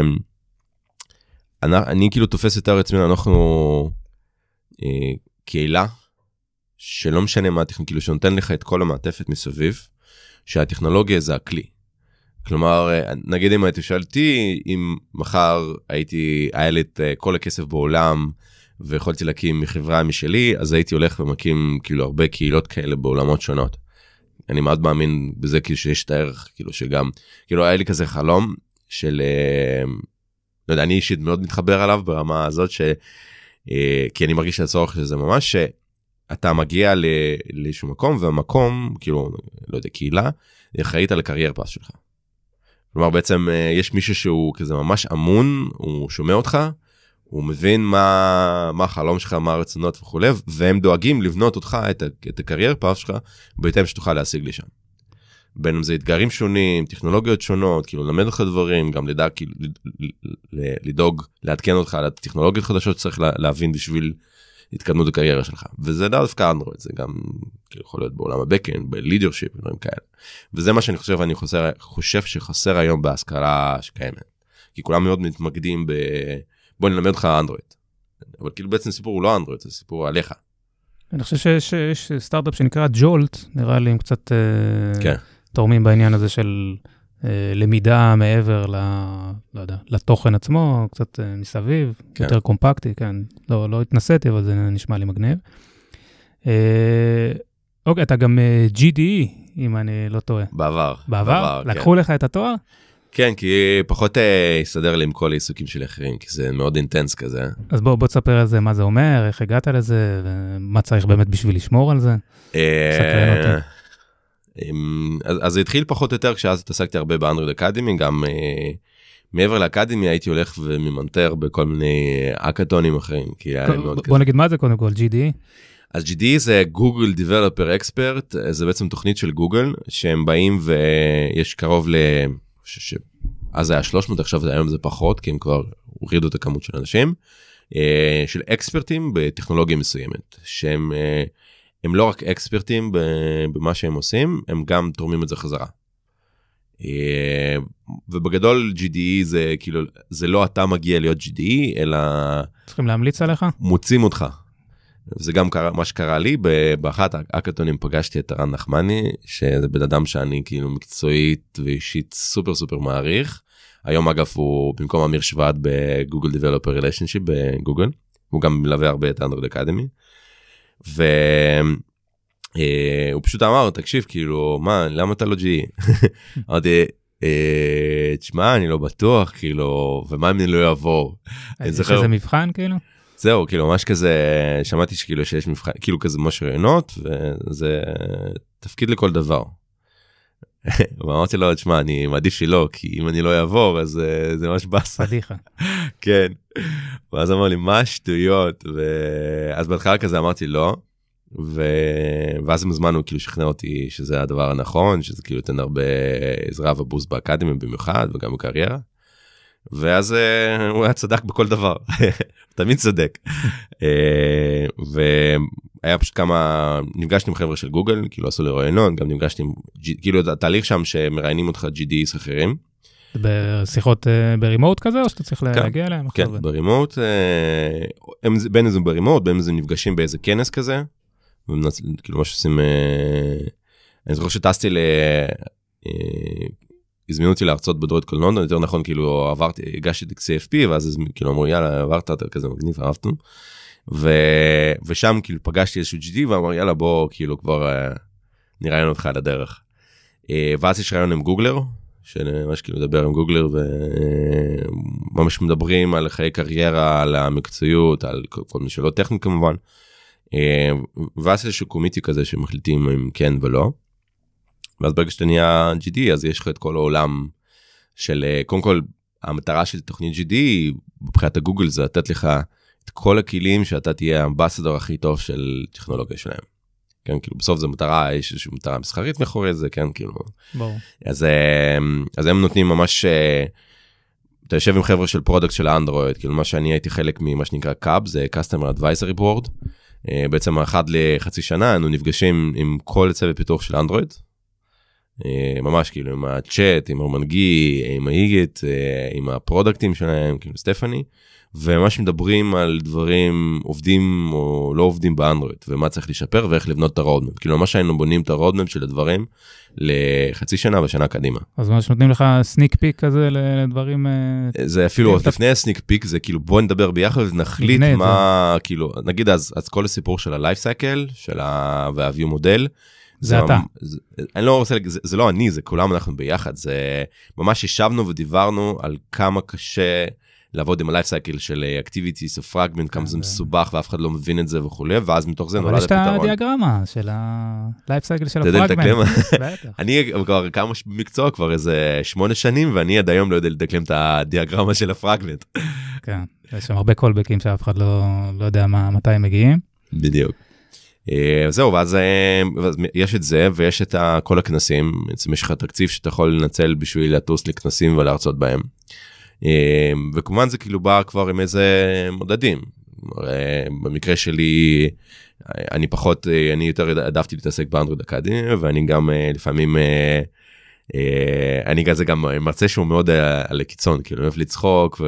ואני כאילו תופס יותר עצמי, אנחנו קהילה, שלא משנה מה הטכנולוגיה, כאילו שנותן לך את כל המעטפת מסביב, שהטכנולוגיה זה הכלי. כלומר, נגיד אם הייתי שאלתי, אם מחר הייתי, היה לי את כל הכסף בעולם, ויכולתי להקים מחברה משלי, אז הייתי הולך ומקים כאילו הרבה קהילות כאלה בעולמות שונות. אני מאוד מאמין בזה כאילו שיש את הערך, כאילו שגם, כאילו היה לי כזה חלום של, לא יודע, אני אישית מאוד מתחבר עליו ברמה הזאת, ש, כי אני מרגיש הצורך שזה ממש, שאתה מגיע לאיזשהו מקום, והמקום, כאילו, לא יודע, קהילה, אחראית על הקרייר פס שלך. כלומר, בעצם יש מישהו שהוא כזה ממש אמון, הוא שומע אותך, הוא מבין מה, מה החלום שלך, מה הרצונות וכו', והם דואגים לבנות אותך, את, את הקרייר פס שלך, בהתאם שתוכל להשיג לי שם. בין אם זה אתגרים שונים, טכנולוגיות שונות, כאילו ללמד לך דברים, גם לדאג, כאילו, לדאוג, לעדכן אותך על הטכנולוגיות חדשות שצריך להבין בשביל התקדמות הקריירה שלך. וזה דווקא אנדרואיד, זה גם כאילו, יכול להיות בעולם הבקאנד, בלידרשיפ, דברים כאלה. וזה מה שאני חושב, אני חוסר, חושב שחסר היום בהשכלה שקיימת. כי כולם מאוד מתמקדים ב... בוא נלמד אותך אנדרואיד. אבל כאילו בעצם סיפור הוא לא אנדרואיד, זה סיפור עליך. אני חושב שיש, שיש סטארט-אפ שנקרא ג'ולט, נראה לי עם קצת כן. תורמים בעניין הזה של למידה מעבר ל, לא יודע, לתוכן עצמו, קצת מסביב, כן. יותר קומפקטי, כן. לא, לא התנסיתי, אבל זה נשמע לי מגניב. אוקיי, אתה גם ג'י די אי, אם אני לא טועה. בעבר. בעבר? בעבר לקחו כן. לך את התואר? כן, כי פחות יסדר לי עם כל העיסוקים של אחרים, כי זה מאוד אינטנס כזה. אז בוא, בוא תספר על זה, מה זה אומר, איך הגעת לזה, ומה צריך באמת בשביל לשמור על זה? סקרן אותי. אז, אז זה התחיל פחות או יותר, כשאז התעסקתי הרבה באנדרואיד אקדמי, גם מעבר לאקדמי הייתי הולך וממנטר בכל מיני אקאטונים אחרים, כי היה מאוד בוא כזה. בוא נגיד מה זה קודם כל, ג'י די אי? אז ג'י די אי זה Google Developer Expert, זה בעצם תוכנית של גוגל, שהם באים ויש קרוב ל... אז היה שלוש מאות, עכשיו היום זה פחות, כי הם כבר הורידו את הכמות של אנשים, של אקספרטים בטכנולוגיה מסוימת, שהם הם לא רק אקספרטים במה שהם עושים, הם גם תורמים את זה חזרה. ובגדול ג'י די אי זה כאילו, זה לא אתה מגיע להיות ג'י די אי, אלא... צריכים להמליץ עליך? מוצאים אותך. זה גם קרה, מה שקרה לי, באחת האקאטונים פגשתי את רן נחמני, שזה בן אדם שאני כאילו מקצועית ואישית סופר סופר מעריך. היום אגב הוא במקום אמיר שוואד בגוגל Developer Relationship בגוגל, הוא גם מלווה הרבה את אנדרואיד אקדמי. והוא פשוט אמר, תקשיב, כאילו, מה, למה אתה לא ג'י? אמרתי, תשמע, אני לא בטוח, כאילו, ומה אם אני לא אעבור? יש איזה מבחן, כאילו? זהו, כאילו, ממש כזה, שמעתי שכאילו שיש מבחן, כאילו כזה ממש רעיונות, וזה תפקיד לכל דבר. ואמרתי לו, תשמע, אני מעדיף שלא, כי אם אני לא אעבור, אז זה ממש בסה. פדיחה. כן. ואז אמר לי, מה שטויות? ואז בהתחלה כזה אמרתי לא, ואז עם הזמן הוא כאילו שכנע אותי שזה הדבר הנכון, שזה כאילו תן הרבה עזרה ובוסט באקדמיה במיוחד, וגם בקריירה. ואז הוא היה צדק בכל דבר, תמיד צדק. והיה פשוט כמה, נפגשתי עם חבר'ה של גוגל, כאילו עשו לי רעיונות, גם נפגשתי עם, כאילו התהליך שם שמראיינים אותך ג'י די אי's אחרים. בשיחות ברימוט כזה, או שאתה צריך להגיע אליהם? כן, ברימוט, בין איזה ברימוט, בין איזה נפגשים באיזה כנס כזה, כאילו מה שעושים, אני זוכר שטסתי ל... הזמינו אותי להרצות בדרויד קול לונדון, יותר נכון, כאילו, עברתי, הגשתי את סי אף פי, ואז כאילו אמרו, יאללה, עברת, אתה כזה מגניב, אהבתם. ו... ושם כאילו פגשתי איזשהו ג'י די, ואמר, יאללה, בוא, כאילו, כבר נראיין אותך על הדרך. ואז יש רעיון עם גוגלר, שממש כאילו מדבר עם גוגלר, וממש מדברים על חיי קריירה, על המקצועיות, על כל מי שלא טכני כמובן, ואז יש איזשהו קומיטי כזה שמחליטים אם כן ולא, ואז ברגע שאתה נהיה ג'י די, אז יש לך את כל העולם של, קודם כל, המטרה של תוכנית ג'י די, בבחינת הגוגל, זה לתת לך את כל הכלים שאתה תהיה האמבסדור הכי טוב של טכנולוגיה שלהם. כן, כאילו, בסוף זה מטרה, יש איזושהי מטרה מסחרית מאחורי זה, כן, כאילו. ברור. אז, אז הם נותנים ממש, אתה יושב עם חבר'ה של פרודקט של האנדרואיד, כאילו, מה שאני הייתי חלק ממה שנקרא קאב, זה Customer Advisory Board, בעצם אחת לחצי שנה, אנו נפגשים עם כל צוות פיתוח של אנדרואיד, ממש כאילו, עם הצ'אט, עם הרמנגי, עם האיגט, עם הפרודקטים שלהם, כאילו, סטפני, וממש מדברים על דברים עובדים או לא עובדים באנדרואיד, ומה צריך לשפר ואיך לבנות את הרודמפ. כאילו, ממש היינו בונים את הרודמפ של הדברים לחצי שנה ושנה קדימה. אז ממש נותנים לך סניק פיק כזה לדברים... זה אפילו לפני הסניק פיק, זה כאילו בוא נדבר ביחד ונחליט מה, כאילו, נגיד אז, אז כל הסיפור של הלייף סייקל, של ה-view מודל, זה אתה. אני לא רוצה להגיד, זה לא אני, זה כולם אנחנו ביחד, זה ממש ישבנו ודיברנו על כמה קשה לעבוד עם הלייף סייקל של activities או fragment, כמה זה מסובך ואף אחד לא מבין את זה וכו', ואז מתוך זה נולד הפתרון. אבל יש את הדיאגרמה של הלייף סייקל של הפרגמנט. אני כבר כמה מקצוע, כבר איזה שמונה שנים, ואני עד היום לא יודע לדקלם את הדיאגרמה של הפרגמנט. כן, יש שם הרבה קולבקים שאף אחד לא יודע מתי הם מגיעים. בדיוק. זהו, ואז יש את זה, ויש את כל הכנסים, בעצם יש לך תקציב שאתה יכול לנצל בשביל לטוס לכנסים ולהרצות בהם. וכמובן זה כאילו בא כבר עם איזה מודדים. במקרה שלי, אני פחות, אני יותר העדפתי להתעסק באנדרואיד אקדמי, ואני גם לפעמים, אני כזה גם מרצה שהוא מאוד על הקיצון, כאילו אוהב לצחוק,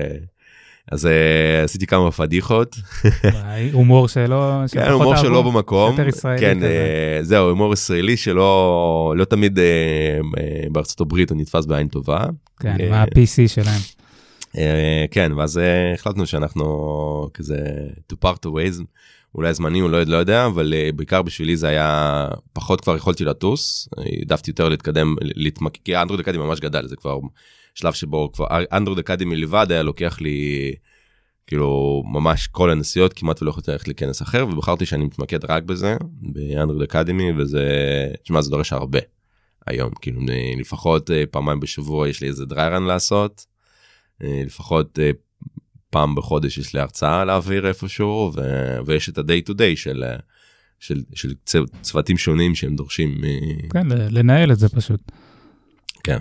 אז עשיתי כמה פדיחות. הומור שלו, כן, הומור שלו במקום. כן, זהו, הומור ישראלי שלא לא תמיד בארצות הברית הוא נתפס בעין טובה. כן, מה ה-פי סי שלהם. כן, ואז החלטנו שאנחנו כזה to part the ways, אולי זמני, הוא לא יודע, אבל בעיקר בשבילי זה היה, פחות כבר יכולתי לטוס, העדפתי יותר להתקדם, להתמקד, כי האנדרואיד אקדמי ממש גדל, זה כבר שלב שבו כבר, אנדרואיד אקדמי לבד היה לוקח לי, כאילו, ממש כל הנסיעות, כמעט ולא יכולתי ללכת לכנס אחר, ובחרתי שאני מתמקד רק בזה, באנדרואיד אקדמי, וזה, תשמע, זה דורש הרבה היום, כאילו, לפחות פעמיים בשבוע יש לי איזה דריירן לעשות, לפחות פעם בחודש יש לי הרצאה להעביר איפשהו, ו- ויש את ה-day to day של, של, של צוותים שונים שהם דורשים. כן, לנהל את זה פשוט. כן.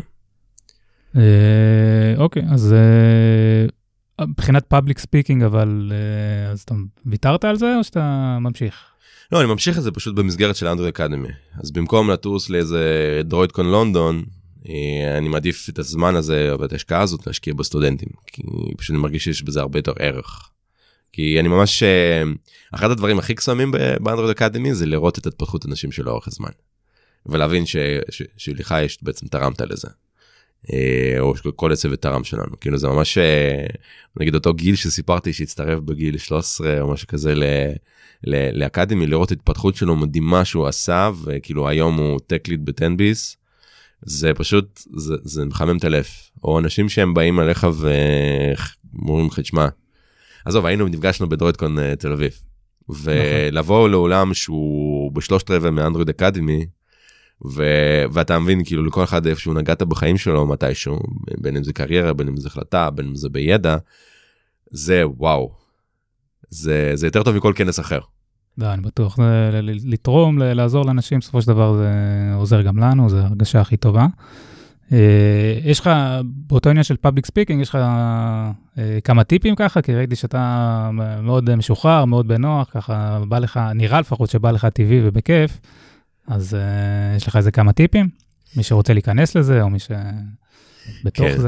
אוקיי, אז מבחינת public speaking, אבל אז אתה ויתרת על זה או שאתה ממשיך? לא, אני ממשיך את זה פשוט במסגרת של אנדרואיד אקדמי. אז במקום לטוס לאיזה דרוידקון לונדון, אני מעדיף את הזמן הזה ואת ההשקעה הזאת להשקיע בסטודנטים, כי פשוט אני מרגיש שיש בזה הרבה יותר ערך. כי אני ממש, אחד הדברים הכי קסומים באנדרואיד אקדמי זה לראות את התפתחות אנשים של לאורך הזמן. ולהבין ש, ש, שלך יש בעצם תרמת לזה. או שכל הצוות תרם שלנו. כאילו זה ממש, נגיד אותו גיל שסיפרתי שהצטרף בגיל שלוש עשרה או משהו כזה ל, ל, לאקדמי, לראות את התפתחות שלו מדהימה שהוא עשה, וכאילו היום הוא טק ליד בטנביס, זה פשוט, זה, זה מחמם את הלב. או אנשים שהם באים עליך ואומרים לך, תשמע, עזוב, היינו נפגשנו בדרוידקון תל אביב, ולבוא לעולם שהוא בשלושת רבעי מאנדרואיד אקדמי, ו- ואתה מבין, כאילו, לכל אחד איפשהו נגעת בחיים שלו מתישהו, בין אם זה קריירה, בין אם זה החלטה, בין אם זה בידע, זה וואו. זה, זה יותר טוב מכל כנס אחר. לא, אני בטוח, זה לתרום, לעזור לאנשים, בסופו של דבר זה עוזר גם לנו, זה הרגשה הכי טובה. יש לך, באותו עניין של פאבליק ספיקינג, יש לך כמה טיפים ככה, כי ראיתי שאתה מאוד משוחרר, מאוד בנוח, ככה בא לך, נראה לפחות שבא לך טבעי ובכיף, אז יש לך איזה כמה טיפים? מי שרוצה להיכנס לזה, או מי שבתוך זה?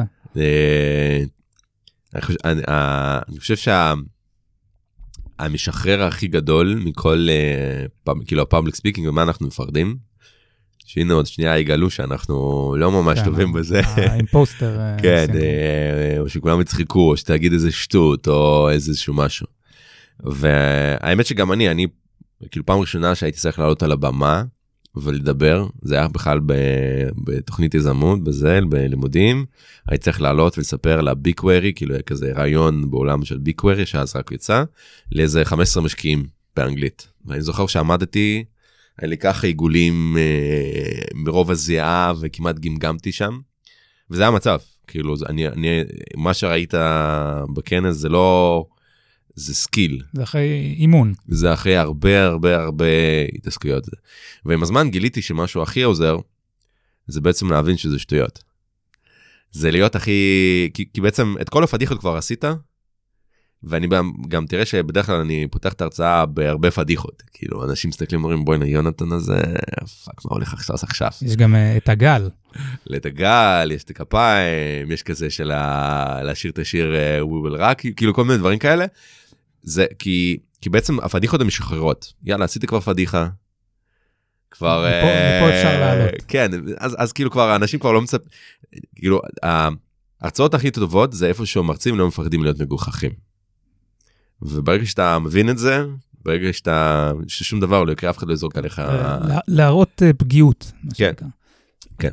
אני חושב שה... המשחרר הכי גדול מכל, כאילו, הפאבליק ספיקינג, ומה אנחנו מפחדים, שהנה עוד שנייה יגלו שאנחנו לא ממש טובים בזה. האימפוסטר. כן, או שכולם יצחקו, או שתגיד איזה שטות, או איזשהו משהו. והאמת שגם אני, אני, כאילו פעם ראשונה שהייתי צריך לעלות על הבמה, ולדבר, זה היה בכלל בתוכנית יזמות, בזל, בלימודים, הייתי צריך לעלות ולספר לביקווירי, כאילו היה כזה רעיון בעולם של ביקווירי, שאז רק יצא, לאיזה חמש עשרה משקיעים באנגלית. ואני זוכר שעמדתי, היה לי ככה עיגולים אה, מרוב הזיעה, וכמעט גמגמתי שם, וזה היה המצב, כאילו, אני, אני, מה שראית בכנס זה לא, זה סקיל. זה אחרי אימון. זה אחרי הרבה הרבה הרבה התעסקויות. ועם הזמן גיליתי שמשהו הכי עוזר, זה בעצם להבין שזה שטויות. זה להיות הכי, כי, כי בעצם את כל הפדיחות כבר עשית, ואני גם תראה שבדרך כלל אני פותח את ההרצאה בהרבה פדיחות. כאילו, אנשים מסתכלים ואומרים, בואי נה, יונתן הזה, פאק, מה הולך עכשיו? יש גם את הגל. את הגל, יש את הכפיים, יש כזה של להשאיר את השיר We Will Rock, כאילו כל מיני דברים כאלה. זה כי, כי בעצם הפדיחות הן משחררות. יאללה, עשיתי כבר פדיחה. כבר... מפה, מפה אפשר לעלות. כן, אז, אז כאילו כבר, האנשים כבר לא מצפ... כאילו, ההרצאות הכי טובות זה איפה שמרצים לא מפחדים להיות מגוחכים. וברגע שאתה מבין את זה, ברגע שאתה, ששום דבר לא יקרה, אף אחד לא יזרוק עליך... להראות פגיעות. כן, כן.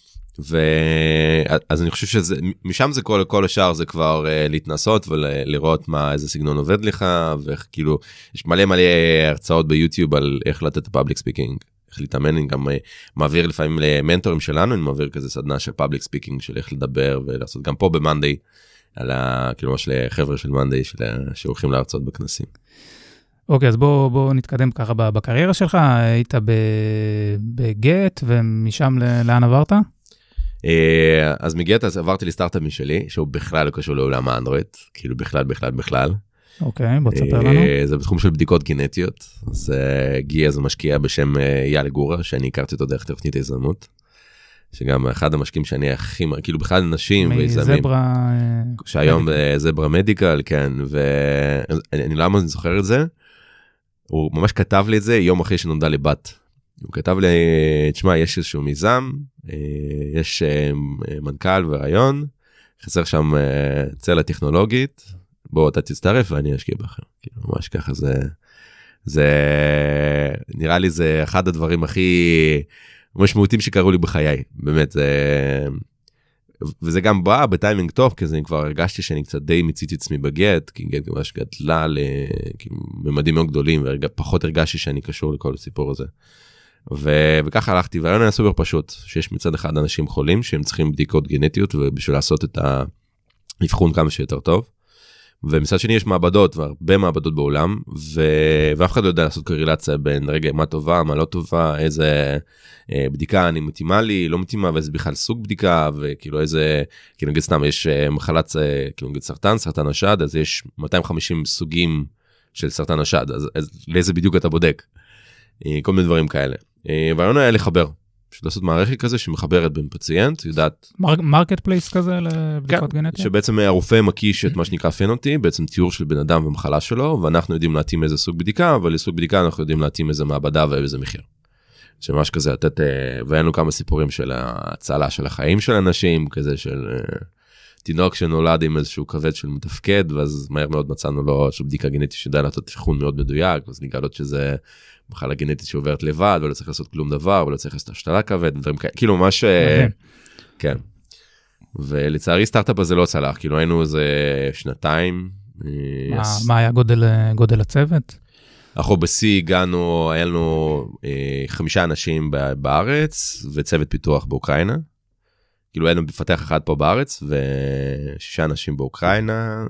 ואז אני חושב שזה, משם זה כל, כל השאר זה כבר uh, להתנסות ולראות מה, איזה סגנון עובד לך, ואיך כאילו, יש מלא מלא הרצאות ביוטיוב על איך לתת פאבליק ספיקינג, איך להתאמן, אני גם uh, מעביר לפעמים למנטורים שלנו, אני מעביר כזה סדנה של פאבליק ספיקינג, של איך לדבר ולעשות, גם פה במנדי, על ה, כאילו ממש לחבר'ה של מנדי, של, שהולכים להרצאות בכנסים. אוקיי, אז בוא, בוא נתקדם ככה בקריירה שלך, היית בגט, ומשם לאן עברת? אז מגט, אז עברתי לסטארט-אפ משלי, שהוא בכלל לא קשור לעולם האנדרואיד, כאילו בכלל, בכלל, בכלל. אוקיי, בוא תספר לנו. זה בתחום של בדיקות גנטיות, אז הגיע איזה משקיע בשם יאלי גורה, שאני הכרתי אותו דרך תוכנית היזמות, שגם אחד המשקיעים שאני הכי, כאילו בכלל נשים ויזמים. מזברה... שהיום זברה מדיקל, כן, ואני למה אני זוכר את זה? הוא ממש כתב לי את זה יום אחרי שנולדה לי בת. הוא כתב לי, תשמע, יש איזשהו מיזם, יש מנכ"ל ורעיון, חסר שם צלע טכנולוגית, בוא אתה תצטרף ואני אשקיע בכם. כאילו, ממש ככה זה, זה, נראה לי זה אחד הדברים הכי משמעותיים שקרו לי בחיי, באמת, זה, וזה גם בא בטיימינג טוב, כי אני כבר הרגשתי שאני קצת די מציתי עצמי בגט, כי גט ממש גדלה לממדים מאוד גדולים, ופחות הרגשתי שאני קשור לכל הסיפור הזה. ו- וככה הלכתי, והיום היה סופר פשוט, שיש מצד אחד אנשים חולים, שהם צריכים בדיקות גנטיות, ובשביל לעשות את האבחון כמה שיותר טוב. ומצד שני יש מעבדות, והרבה מעבדות בעולם, ו- ואף אחד לא יודע לעשות קורלציה בין רגע מה טובה, מה לא טובה, איזה אה, בדיקה אני מתאימה לי, לא מתאימה, ואיזה בכלל סוג בדיקה, וכאילו איזה, כאילו נגיד סתם, יש אה, מחלת, אה, כאילו נגיד סרטן, סרטן השד, אז יש מאתיים וחמישים סוגים של סרטן השד, אז, אז לאיזה בדיוק אתה בודק? אה, כל מיני דברים כאלה. אה, והרעיון היה לחבר. פשוט לעשות מערכת כזה שמחברת בין פציינט, יודעת... מרקט פלייס כזה לבדיקות גנטיות? שבעצם הרופא מקיש את מה שנקרא פנוטיפ, בעצם תיאור של בן אדם ומחלה שלו, ואנחנו יודעים להתאים איזה סוג בדיקה, אבל לסוג בדיקה אנחנו יודעים להתאים איזה מעבדה ואיזה מחיר. שממש כזה לתת, והיינו כמה סיפורים של הצלה של החיים של אנשים, כזה של תינוק שנולד עם איזשהו כבד של מתפקד, ואז מהר מאוד מצאנו לו איזושהי בדיקה גנטית שידע לעשות תבחון מאוד מדויק, אז נגלות שזה מחלה גנטית שעוברת לבד, ולא צריך לעשות כלום דבר, ולא צריך לעשות השתלה כבד, ודברים כאלה, כאילו ממש, כן. ולצערי סטארט-אפ הזה לא צלח, כאילו היינו איזה שנתיים. מה היה גודל הצוות? אנחנו בסי הגענו, היה לנו חמישה אנשים בארץ, וצוות פיתוח באוקראינה. כאילו היינו מפתח אחד פה בארץ, ושישה אנשים באוקראינה.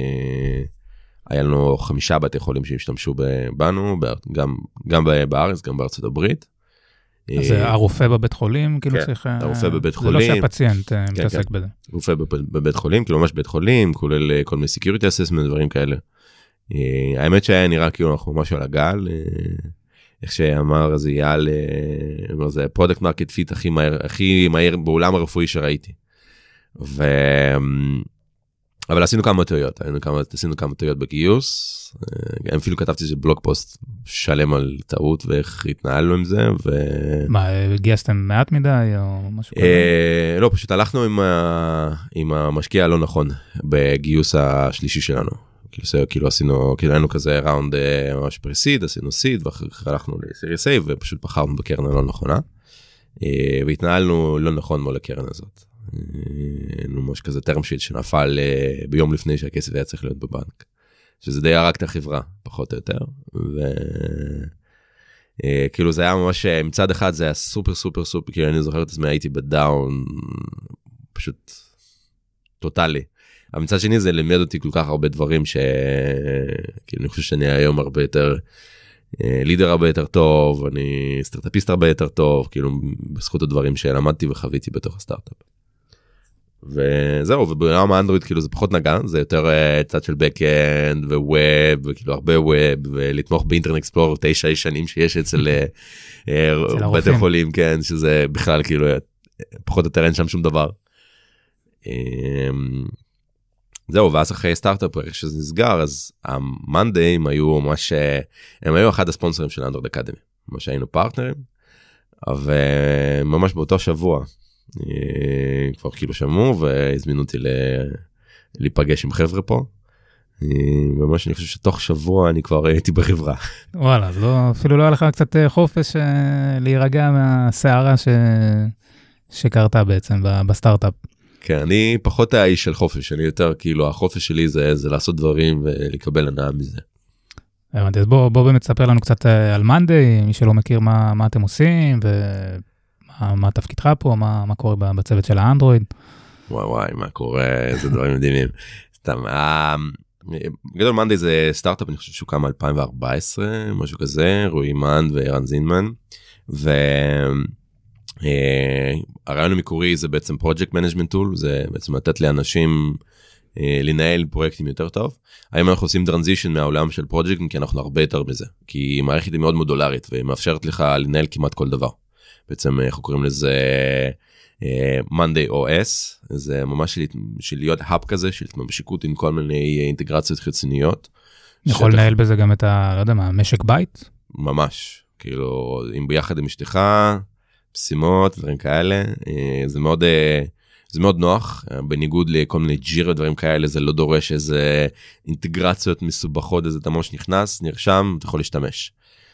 היה לנו חמישה בתי חולים שהשתמשו בנו, גם, גם בארץ, גם בארצות הברית. אז הרופא בבית חולים, כאילו כן, צריך... הרופא בבית חולים. זה לא שהפציינט כן, מתעסק כן. בזה. רופא בבית חולים, כאילו ממש בית חולים, כולל כל מיני security assessment, דברים כאלה. האמת שהיה נראה כאילו אנחנו ממש על הגל, איך שאמר זה יעל, זה product market fit הכי מהר, הכי מהר בעולם הרפואי שראיתי. ו... אבל עשינו כמה טעויות, עשינו כמה טעויות בגיוס, אפילו כתבתי איזה בלוג פוסט שלם על טעות ואיך התנהלנו עם זה. מה, גייסתם מעט מדי או משהו כזה? לא, פשוט הלכנו עם המשקיע הלא נכון בגיוס השלישי שלנו. כאילו, כאילו עשינו, כאילו היינו כזה ראונד ממש פרסיד, עשינו סיד, ואחר כך הלכנו לסיריוס איי, ופשוט בחרנו בקרן הלא נכונה, והתנהלנו לא נכון מול הקרן הזאת. היינו ממש כזה טרם שיט שנפל ביום לפני שהכסף היה צריך להיות בבנק, שזה די הרג את החברה, פחות או יותר, וכאילו זה היה ממש, מצד אחד זה היה סופר סופר סופר, כאילו אני זוכר את עצמי, הייתי בדאון, פשוט טוטלי. אבל מצד שני זה לימד אותי כל כך הרבה דברים שכאילו אני חושב שאני היום הרבה יותר לידר הרבה יותר טוב, אני סטארט-אפיסט הרבה יותר טוב, כאילו בזכות הדברים שלמדתי וחוויתי בתוך הסטארט-אפ. וזהו, ובעולם האנדרואיד כאילו זה פחות נגע, זה יותר צד של בק-אנד וווב, וכאילו הרבה ווב, ולתמוך באינטרנט אקספלורר תשע שנים שיש אצל בתי חולים, כן, שזה בכלל כאילו פחות או יותר אין שם שום דבר. זהו, ואז אחרי סטארט-אפ, איך שזה נסגר, אז המאנדיי הם היו ממש, הם היו אחד הספונסרים של אנדרואיד אקדמי, ממש היינו פרטנרים, אבל ממש באותו שבוע, כבר כאילו שמעו, והזמינו אותי להיפגש עם חבר'ה פה, ממש אני חושב שתוך שבוע אני כבר הייתי בחברה. וואלה, אז לא, אפילו לא היה לך קצת חופש להירגע מהסערה ש... שקרתה בעצם בסטארט-אפ. כן, אני פחות האיש של חופש, אני יותר כאילו החופש שלי זה, זה לעשות דברים ולקבל הנאה מזה. אז בוא, בוא באמת תספר לנו קצת על מאנדיי, מי שלא מכיר מה, מה אתם עושים ומה מה תפקידך פה, מה, מה קורה בצוות של האנדרואיד. וואי וואי, מה קורה, איזה דברים מדהימים. סתם, גדול מאנדיי זה סטארט-אפ, אני חושב שהוא קם ב-אלפיים וארבע עשרה, משהו כזה, רועי מנד וערן זינמן, ו... Uh, הרעיון המקורי זה בעצם project management tool, זה בעצם לתת לאנשים uh, לנהל פרויקטים יותר טוב. היום אנחנו עושים transition מהעולם של פרויקטים, כי אנחנו הרבה יותר בזה, כי מערכת היא מאוד מודולרית, והיא מאפשרת לך לנהל כמעט כל דבר. בעצם אנחנו קוראים לזה uh, Monday או אס, זה ממש של, של להיות hub כזה, של התממשקות עם כל מיני אינטגרציות חיצוניות. יכול לנהל שאתה... בזה גם את ה... לא יודע מה, משק בית? ממש, כאילו, אם ביחד עם אשתך... פסימות, דברים כאלה, זה מאוד, זה מאוד נוח, בניגוד לכל מיני ג'יר ודברים כאלה, זה לא דורש איזה אינטגרציות מסובכות, איזה תמוש נכנס, נרשם, אתה יכול להשתמש.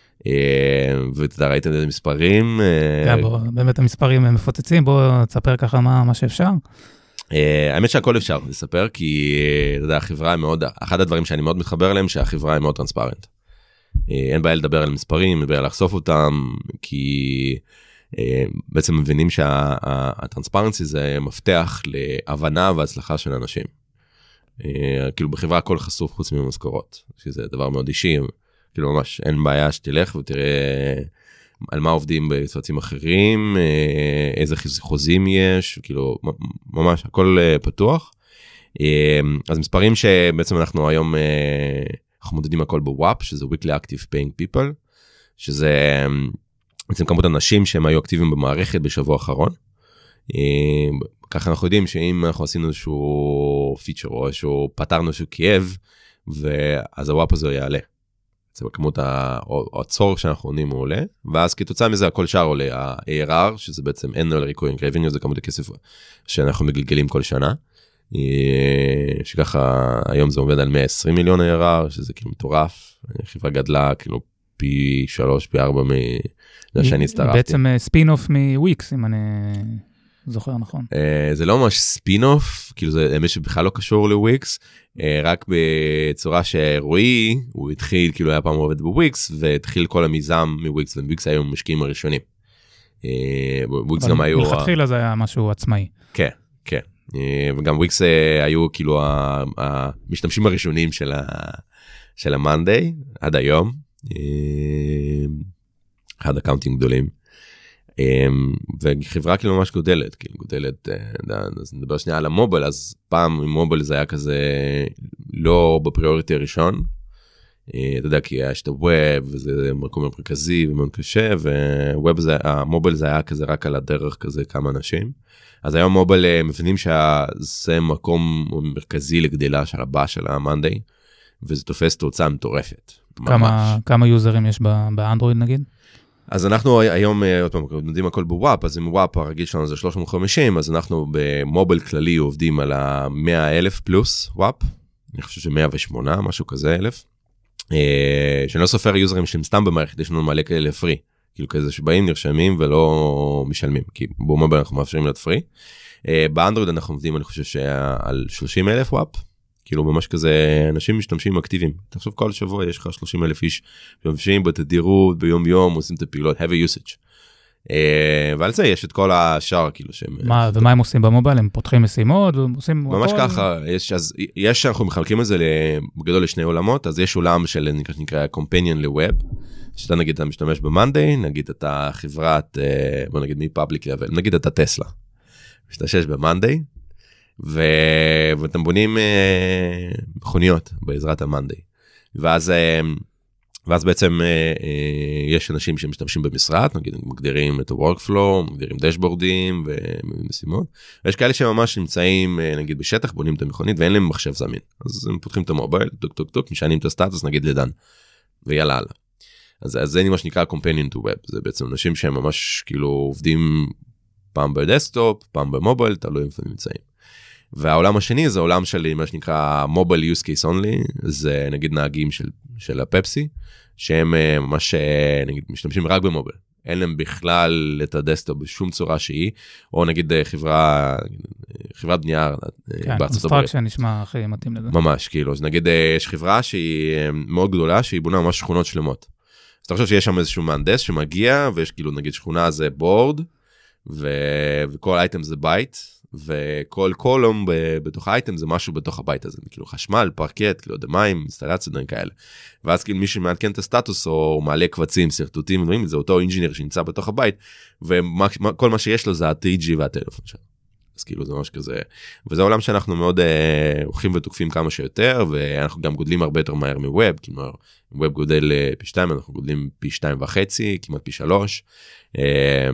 ואתה ראיתם את המספרים. כן, בוא, באמת המספרים הם מפוצצים, בוא תספר ככה מה, מה שאפשר. האמת שהכל אפשר לספר, כי אתה יודע, החברה היא מאוד, אחד הדברים שאני מאוד מתחבר אליהם, שהחברה היא מאוד טרנספרנט. אין בעיה לדבר על מספרים, אין בעיה לחשוף אותם, כי... בעצם מבינים שהטרנספרנסי זה מפתח להבנה והצלחה של אנשים. כאילו בחברה הכל חשוף חוץ ממשכורות, שזה דבר מאוד אישי, כאילו ממש אין בעיה שתלך ותראה על מה עובדים בצוותים אחרים, איזה חוזים יש, כאילו ממש הכל פתוח. אז מספרים שבעצם אנחנו היום, אנחנו מודדים הכל בוואפ, שזה Weekly Active Paying People, שזה... בעצם כמות אנשים שהם היו אקטיביים במערכת בשבוע האחרון. ככה אנחנו יודעים שאם אנחנו עשינו איזשהו פיצ'ר או איזשהו פתרנו איזשהו כאב, אז הוואפ הזה יעלה. זה בכמות הצורך שאנחנו עונים הוא עולה, ואז כתוצאה מזה הכל שער עולה, ה-איי אר אר, שזה בעצם annual recurring revenue, זה כמות הכסף שאנחנו מגלגלים כל שנה, שככה היום זה עומד על מאה ועשרים מיליון איי אר אר, שזה כאילו מטורף, חברה גדלה כאילו פי שלוש, פי ארבע מזה שאני הצטרפתי. בעצם ספין-אוף מוויקס, אם אני זוכר נכון. זה לא ממש ספין-אוף, כאילו זה האמת שבכלל לא קשור לוויקס, רק בצורה שרועי, הוא התחיל, כאילו היה פעם עובד בוויקס, והתחיל כל המיזם מוויקס, ווויקס היו משקיעים הראשונים. וויקס גם היו... מלכתחילה זה היה משהו עצמאי. כן, כן. וגם וויקס היו כאילו המשתמשים הראשונים של המאנדיי, עד היום. אחד אקאונטים גדולים, וחברה כאילו ממש גודלת, כאילו גודלת, אז נדבר שנייה על המוביל, אז פעם עם מוביל זה היה כזה לא בפריוריטי הראשון, אתה יודע, כי יש את הווב, וזה מקום מרכזי ומאוד קשה, והמוביל זה היה כזה רק על הדרך כזה כמה אנשים, אז היום מוביל מבינים שזה מקום מרכזי לגדילה של הבא של המאנדיי, וזה תופס תוצאה מטורפת. כמה, כמה יוזרים יש באנדרואיד נגיד? אז אנחנו היום, עוד פעם, יודעים הכל בוואפ, אז עם וואפ הרגיל שלנו זה שלוש מאות וחמישים, אז אנחנו במוביל כללי עובדים על ה-מאה אלף פלוס וואפ, אני חושב ש-מאה ושמונה, משהו כזה אלף, שאני לא סופר יוזרים שהם סתם במערכת, יש לנו מלא כאלה פרי, כאילו כזה שבאים, נרשמים ולא משלמים, כי במובייל אנחנו מאפשרים להיות פרי. באנדרואיד אנחנו עובדים, אני חושב שעל שלושים אלף וואפ, כאילו ממש כזה אנשים משתמשים אקטיביים. תחשוב כל שבוע יש לך שלושים אלף איש שמשתמשים בתדירות, ביום יום, עושים את הפעילות, heavy usage. ועל זה יש את כל השאר, כאילו שהם... מה, ומה הם עושים במובייל? הם פותחים משימות? ממש ככה, יש, אז יש, אנחנו מחלקים את זה בגדול לשני עולמות, אז יש עולם של נקרא companion לווב, שאתה נגיד אתה משתמש במאנדיי, נגיד אתה חברת, בוא נגיד מי פאבליק לבל, נגיד אתה טסלה, משתמש במאנדיי, ו... ואתם בונים מכוניות בעזרת המאנדיי, ואז... ואז בעצם אה, אה, יש אנשים שמשתמשים במשרד, נגיד מגדירים את ה-workflow, מגדירים דשבורדים ומשימות, ויש כאלה שממש נמצאים אה, נגיד בשטח, בונים את המכונית ואין להם מחשב זמין, אז הם פותחים את המובייל, טוק טוק טוק, משנים את הסטטוס נגיד לדן, ויאללה הלאה. אז, אז זה מה שנקרא companion to web, זה בעצם אנשים שהם ממש כאילו עובדים פעם בדסקטופ, פעם במובייל, תלוי איפה הם נמצאים. והעולם השני זה עולם של מה שנקרא mobile use case only, זה נגיד נהגים של, של הפפסי, שהם ממש נגיד משתמשים רק במובייל, אין להם בכלל את הדסקטופ בשום צורה שהיא, או נגיד חברה, חברת בנייה כן, בארצות הברית. כן, נשמע הכי מתאים לזה. ממש, כאילו, אז נגיד יש חברה שהיא מאוד גדולה, שהיא בונה ממש שכונות שלמות. אז אתה חושב שיש שם איזשהו מהנדס שמגיע, ויש כאילו נגיד שכונה זה בורד, ו- וכל אייטם זה בית, וכל קולום בתוך האייטם זה משהו בתוך הבית הזה, כאילו חשמל, פרקט, כאילו מים, אינסטלציות, דברים כאלה. ואז כאילו מישהו מעדכן את הסטטוס, או מעלה קבצים, סרטוטים, ודברים, זה אותו אינג'ינר שנמצא בתוך הבית, וכל מה שיש לו זה ה-טרי ג'י והטלפון שלו. אז כאילו זה ממש כזה, וזה עולם שאנחנו מאוד אה, הולכים ותוקפים כמה שיותר, ואנחנו גם גודלים הרבה יותר מהר מווב, כלומר, ווב גודל פי שתיים, אנחנו גודלים פי שתיים וחצי, כמעט פי שלוש, אה,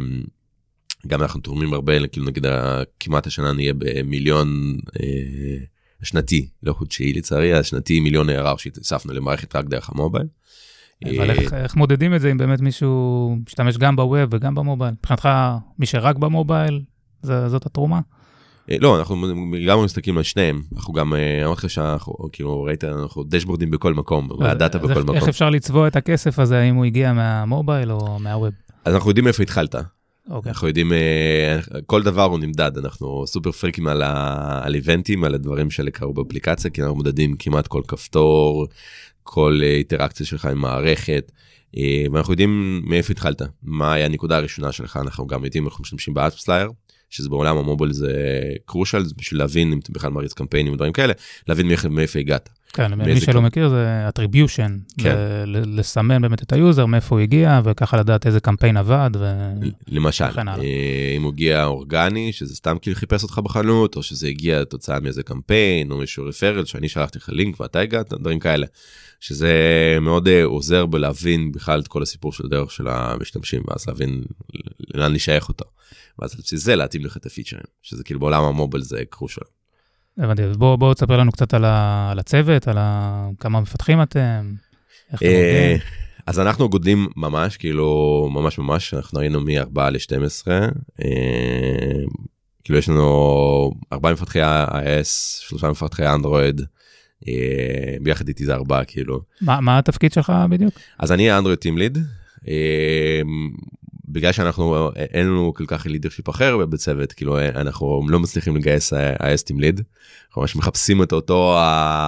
גם אנחנו תורמים הרבה, כאילו נגיד, כמעט השנה נהיה במיליון אה, השנתי, לא חודשי לצערי, השנתי מיליון A R R שהתאספנו למערכת רק דרך המובייל. אבל איך, איך מודדים את זה אם באמת מישהו משתמש גם בווב וגם במובייל? מבחינתך, מי שרק במובייל, זה, זאת התרומה? לא, אנחנו גם מסתכלים על שניהם, אנחנו גם, אמרתי לך שאנחנו, כאילו, ראית, אנחנו דשבורדים בכל מקום, והדאטה בכל מקום. איך אפשר לצבוע את הכסף הזה, האם הוא הגיע מהמובייל או מהווב? אז אנחנו יודעים איפה התחלת. Okay. אנחנו יודעים, כל דבר הוא נמדד, אנחנו סופר פריקים על, ה, על איבנטים, על הדברים של קרו באפליקציה, כי אנחנו מודדים כמעט כל כפתור, כל אינטראקציה שלך עם מערכת, ואנחנו יודעים מאיפה התחלת, מה היה הנקודה הראשונה שלך, אנחנו גם יודעים, אנחנו משתמשים באפסלייר, שזה בעולם המובייל זה קרושל, בשביל להבין אם אתה בכלל מריץ קמפיינים ודברים כאלה, להבין מאיפה הגעת. כן, מי שלא מכיר זה attribution, לסמן באמת את היוזר, מאיפה הוא הגיע, וככה לדעת איזה קמפיין עבד. למשל, אם הוא הגיע אורגני, שזה סתם כאילו חיפש אותך בחנות, או שזה הגיע תוצאה מאיזה קמפיין, או מישהו רפרל, שאני שלחתי לך לינק ואתה הגעת, דברים כאלה, שזה מאוד עוזר בלהבין בכלל את כל הסיפור של דרך של המשתמשים, ואז להבין לאן לשייך אותו. ואז על בסיס זה להתאים לך את הפיצ'רים, שזה כאילו בעולם המובייל זה קרושל. הבנתי, בואו בוא תספר לנו קצת על, ה, על הצוות, על ה, כמה מפתחים אתם, איך אתם עובדים. אז אנחנו גודלים ממש, כאילו, ממש ממש, אנחנו ראינו מ-ארבע ל-שתים עשרה, כאילו יש לנו ארבעה מפתחי iOS, שלושה מפתחי אנדרואיד, ביחד איתי זה ארבעה, כאילו. מה, מה התפקיד שלך בדיוק? אז אני אנדרואיד טים ליד, בגלל שאנחנו, אין לנו כל כך לידרשיפ אחר בצוות, כאילו אנחנו לא מצליחים לגייס iOS טים ליד, אנחנו ממש מחפשים את אותו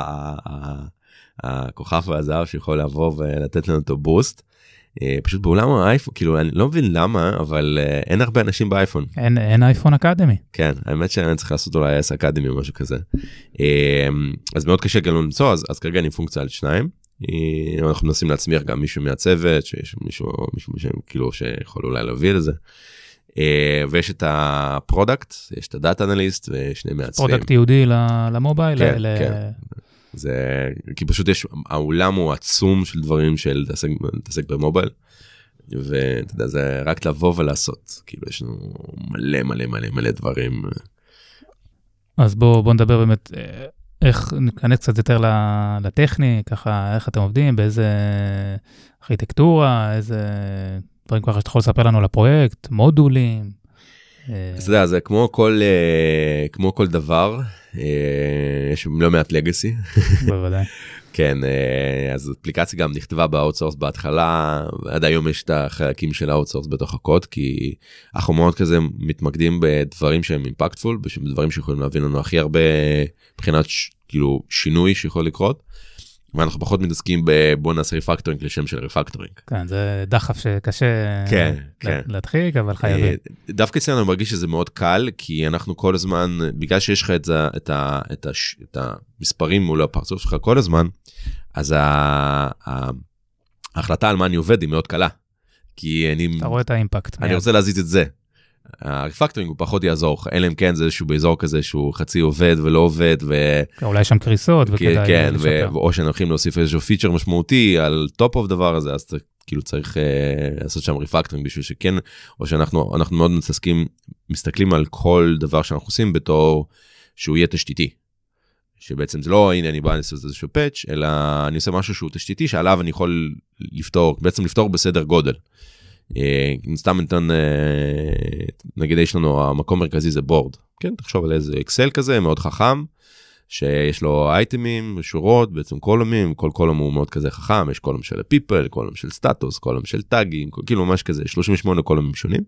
הכוכב והזהב שיכול לבוא ולתת לנו אותו בוסט, פשוט בעולם האייפון, כאילו אני לא מבין למה, אבל אין הרבה אנשים באייפון. אין, אין אייפון אקדמי. כן, האמת שאני צריך לעשות אולי iOS אקדמי או משהו כזה. אז מאוד קשה גם למצוא, אז, אז כרגע אני פונקציה על שניים, אנחנו מנסים להצמיח גם מישהו מהצוות, שיש מישהו, מישהו, מישהו כאילו שיכול אולי להביא לזה. ויש את הפרודקט, יש את הדאטה אנליסט ושני מעצבים. פרודקט יהודי למובייל? כן, כן. זה, כי פשוט יש, העולם הוא עצום של דברים של להתעסק במובייל, ואתה יודע, זה רק לבוא ולעשות, כאילו יש לנו מלא מלא מלא מלא דברים. אז בוא, בוא נדבר באמת, איך ניכנס קצת יותר לטכני, ככה, איך אתם עובדים, באיזה ארכיטקטורה, איזה דברים ככה שאתה יכול לספר לנו לפרויקט, מודולים. אז אתה יודע, זה כמו כל, כמו כל דבר, יש לא מעט לגאסי. בוודאי. כן, אז אפליקציה גם נכתבה באוטסורס בהתחלה, ועד היום יש את החלקים של האוטסורס בתוך הקוד, כי אנחנו מאוד כזה מתמקדים בדברים שהם אימפקטפול, בדברים שיכולים להבין לנו הכי הרבה מבחינת כאילו שינוי שיכול לקרות, ואנחנו פחות מתעסקים בבוא נעשה ריפקטורינג לשם של ריפקטורינג. כן, זה דחף שקשה כן, כן. להדחיק, אבל חייבים. דווקא אצלנו אני מרגיש שזה מאוד קל, כי אנחנו כל הזמן, בגלל שיש לך את, זה, את, ה, את, ה, את המספרים מול הפרצוף שלך כל הזמן, אז ההחלטה על מה אני עובד היא מאוד קלה. כי אני... אתה רואה את האימפקט. אני רוצה להזיז את זה. הריפקטורינג הוא פחות יעזור, אלא אם כן זה איזשהו באזור כזה שהוא חצי עובד ולא עובד, ו... אולי שם קריסות וכדאי... כן, ו... או שאנחנו הולכים להוסיף איזשהו פיצ'ר משמעותי על טופ אוף דבר הזה, אז כאילו צריך uh, לעשות שם ריפקטורינג בשביל שכן, או שאנחנו אנחנו מאוד מתעסקים, מסתכלים על כל דבר שאנחנו עושים בתור שהוא יהיה תשתיתי. שבעצם זה לא, הנה אני בא לעשות איזשהו פאץ', אלא אני עושה משהו שהוא תשתיתי, שעליו אני יכול לפתור, בעצם לפתור בסדר גודל. סתם ניתן, נגיד יש לנו, המקום מרכזי זה בורד, כן, תחשוב על איזה אקסל כזה, מאוד חכם, שיש לו אייטמים, שורות, בעצם קולומים, כל קולום הוא מאוד כזה חכם, יש קולום של people, קולום של סטטוס, קולום של טאגים, כאילו ממש כזה, שלושים ושמונה קולומים שונים,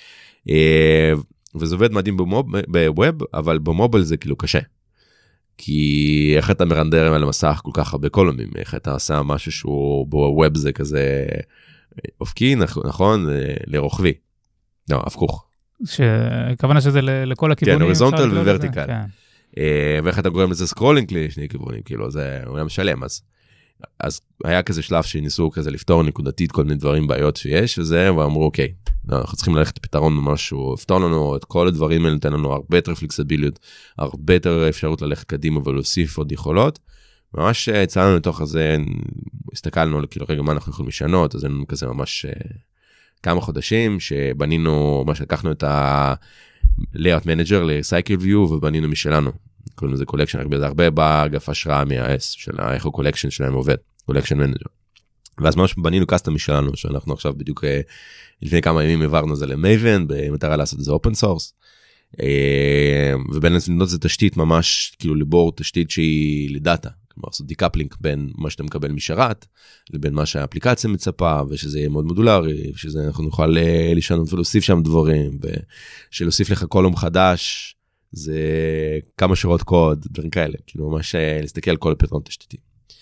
וזה עובד מדהים בווב, אבל במוביל זה כאילו קשה, כי איך אתה מרנדר על המסך כל כך הרבה קולומים, איך אתה עושה משהו שהוא בווב זה כזה, אופקי, נכון, לרוחבי. לא, הפכוך. הכוונה שזה לכל הכיוונים. כן, הוריזונטל וורטיקל. ואיך אתה גורם לזה סקרולינג לשני כיוונים, כאילו, זה עולם שלם. אז היה כזה שלב שניסו כזה לפתור נקודתית כל מיני דברים, בעיות שיש, וזה, ואמרו, אוקיי, אנחנו צריכים ללכת לפתרון ממש, שהוא יפתור לנו את כל הדברים האלה, נותן לנו הרבה יותר פליקסיביליות, הרבה יותר אפשרות ללכת קדימה ולהוסיף עוד יכולות. ממש יצאנו לתוך הזה, הסתכלנו כאילו רגע מה אנחנו יכולים לשנות, אז היינו כזה ממש כמה חודשים שבנינו, ממש לקחנו את ה-Layout Manager ל-Cycle View ובנינו משלנו. קוראים לזה קולקשן, זה הרבה באגף השראה מה-S של איך הקולקשן שלהם עובד, קולקשן מנג'ר. ואז ממש בנינו קאסטום משלנו, שאנחנו עכשיו בדיוק לפני כמה ימים העברנו את זה ל-Maven, במטרה לעשות את זה open source. ובין לנדות זה תשתית ממש כאילו לבור תשתית שהיא לדאטה, כלומר לעשות דיקפלינג בין מה שאתה מקבל משרת לבין מה שהאפליקציה מצפה, ושזה יהיה מאוד מודולרי, ושזה אנחנו נוכל לשנות ולהוסיף שם דברים, ושלהוסיף לך קולום חדש זה כמה שורות קוד, דברים כאלה, כאילו ממש להסתכל על כל הפתרון תשתיתי.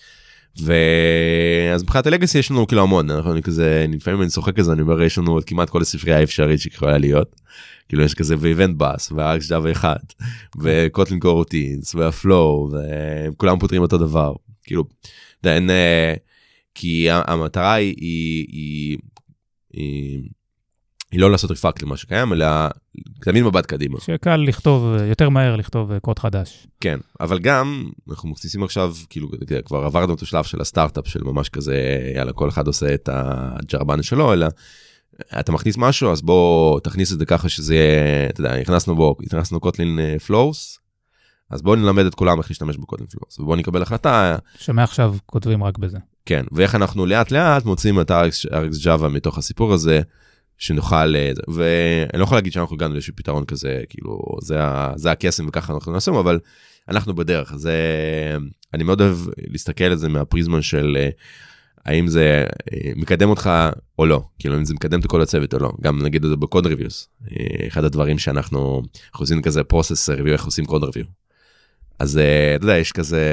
ואז מבחינת הלגאסי יש לנו כאילו המון, אנחנו כזה, לפעמים אני צוחק כזה, אני אומר, יש לנו עוד כמעט כל הספרייה האפשרית שיכולה להיות, כאילו יש כזה ו-Event Bus, ו-Arcs Java אחד, ו-Kotlin Core Routines, וה-Flow, וכולם פותרים אותו דבר, כאילו, אין, כי המטרה היא, היא, היא, היא לא לעשות ריפאקט למה שקיים, אלא תמיד מבט קדימה. שקל לכתוב, יותר מהר לכתוב קוד חדש. כן, אבל גם, אנחנו מכניסים עכשיו, כאילו, כבר עברנו את השלב של הסטארט-אפ, של ממש כזה, יאללה, כל אחד עושה את הג'רבן שלו, אלא, אתה מכניס משהו, אז בוא תכניס את זה ככה שזה, אתה יודע, נכנסנו בו, נכנסנו Kotlin Flows, אז בוא נלמד את כולם איך להשתמש ב-Kotlin Flows, ובוא נקבל החלטה. שמעכשיו כותבים רק בזה. כן, ואיך אנחנו לאט לאט מוצאים את Arcs Java מתוך הסיפור הזה, שנוכל, ואני לא יכול להגיד שאנחנו הגענו לאיזשהו פתרון כזה, כאילו, זה, זה הקסם וככה אנחנו נעשים, אבל אנחנו בדרך, זה, אני מאוד אוהב להסתכל על זה מהפריזמה של, האם זה מקדם אותך או לא, כאילו, אם זה מקדם את כל הצוות או לא, גם נגיד את זה בקוד ריוויוס, אחד הדברים שאנחנו עושים כזה פרוסס ריוויו, איך עושים קוד ריוויו. אז אתה יודע, יש כזה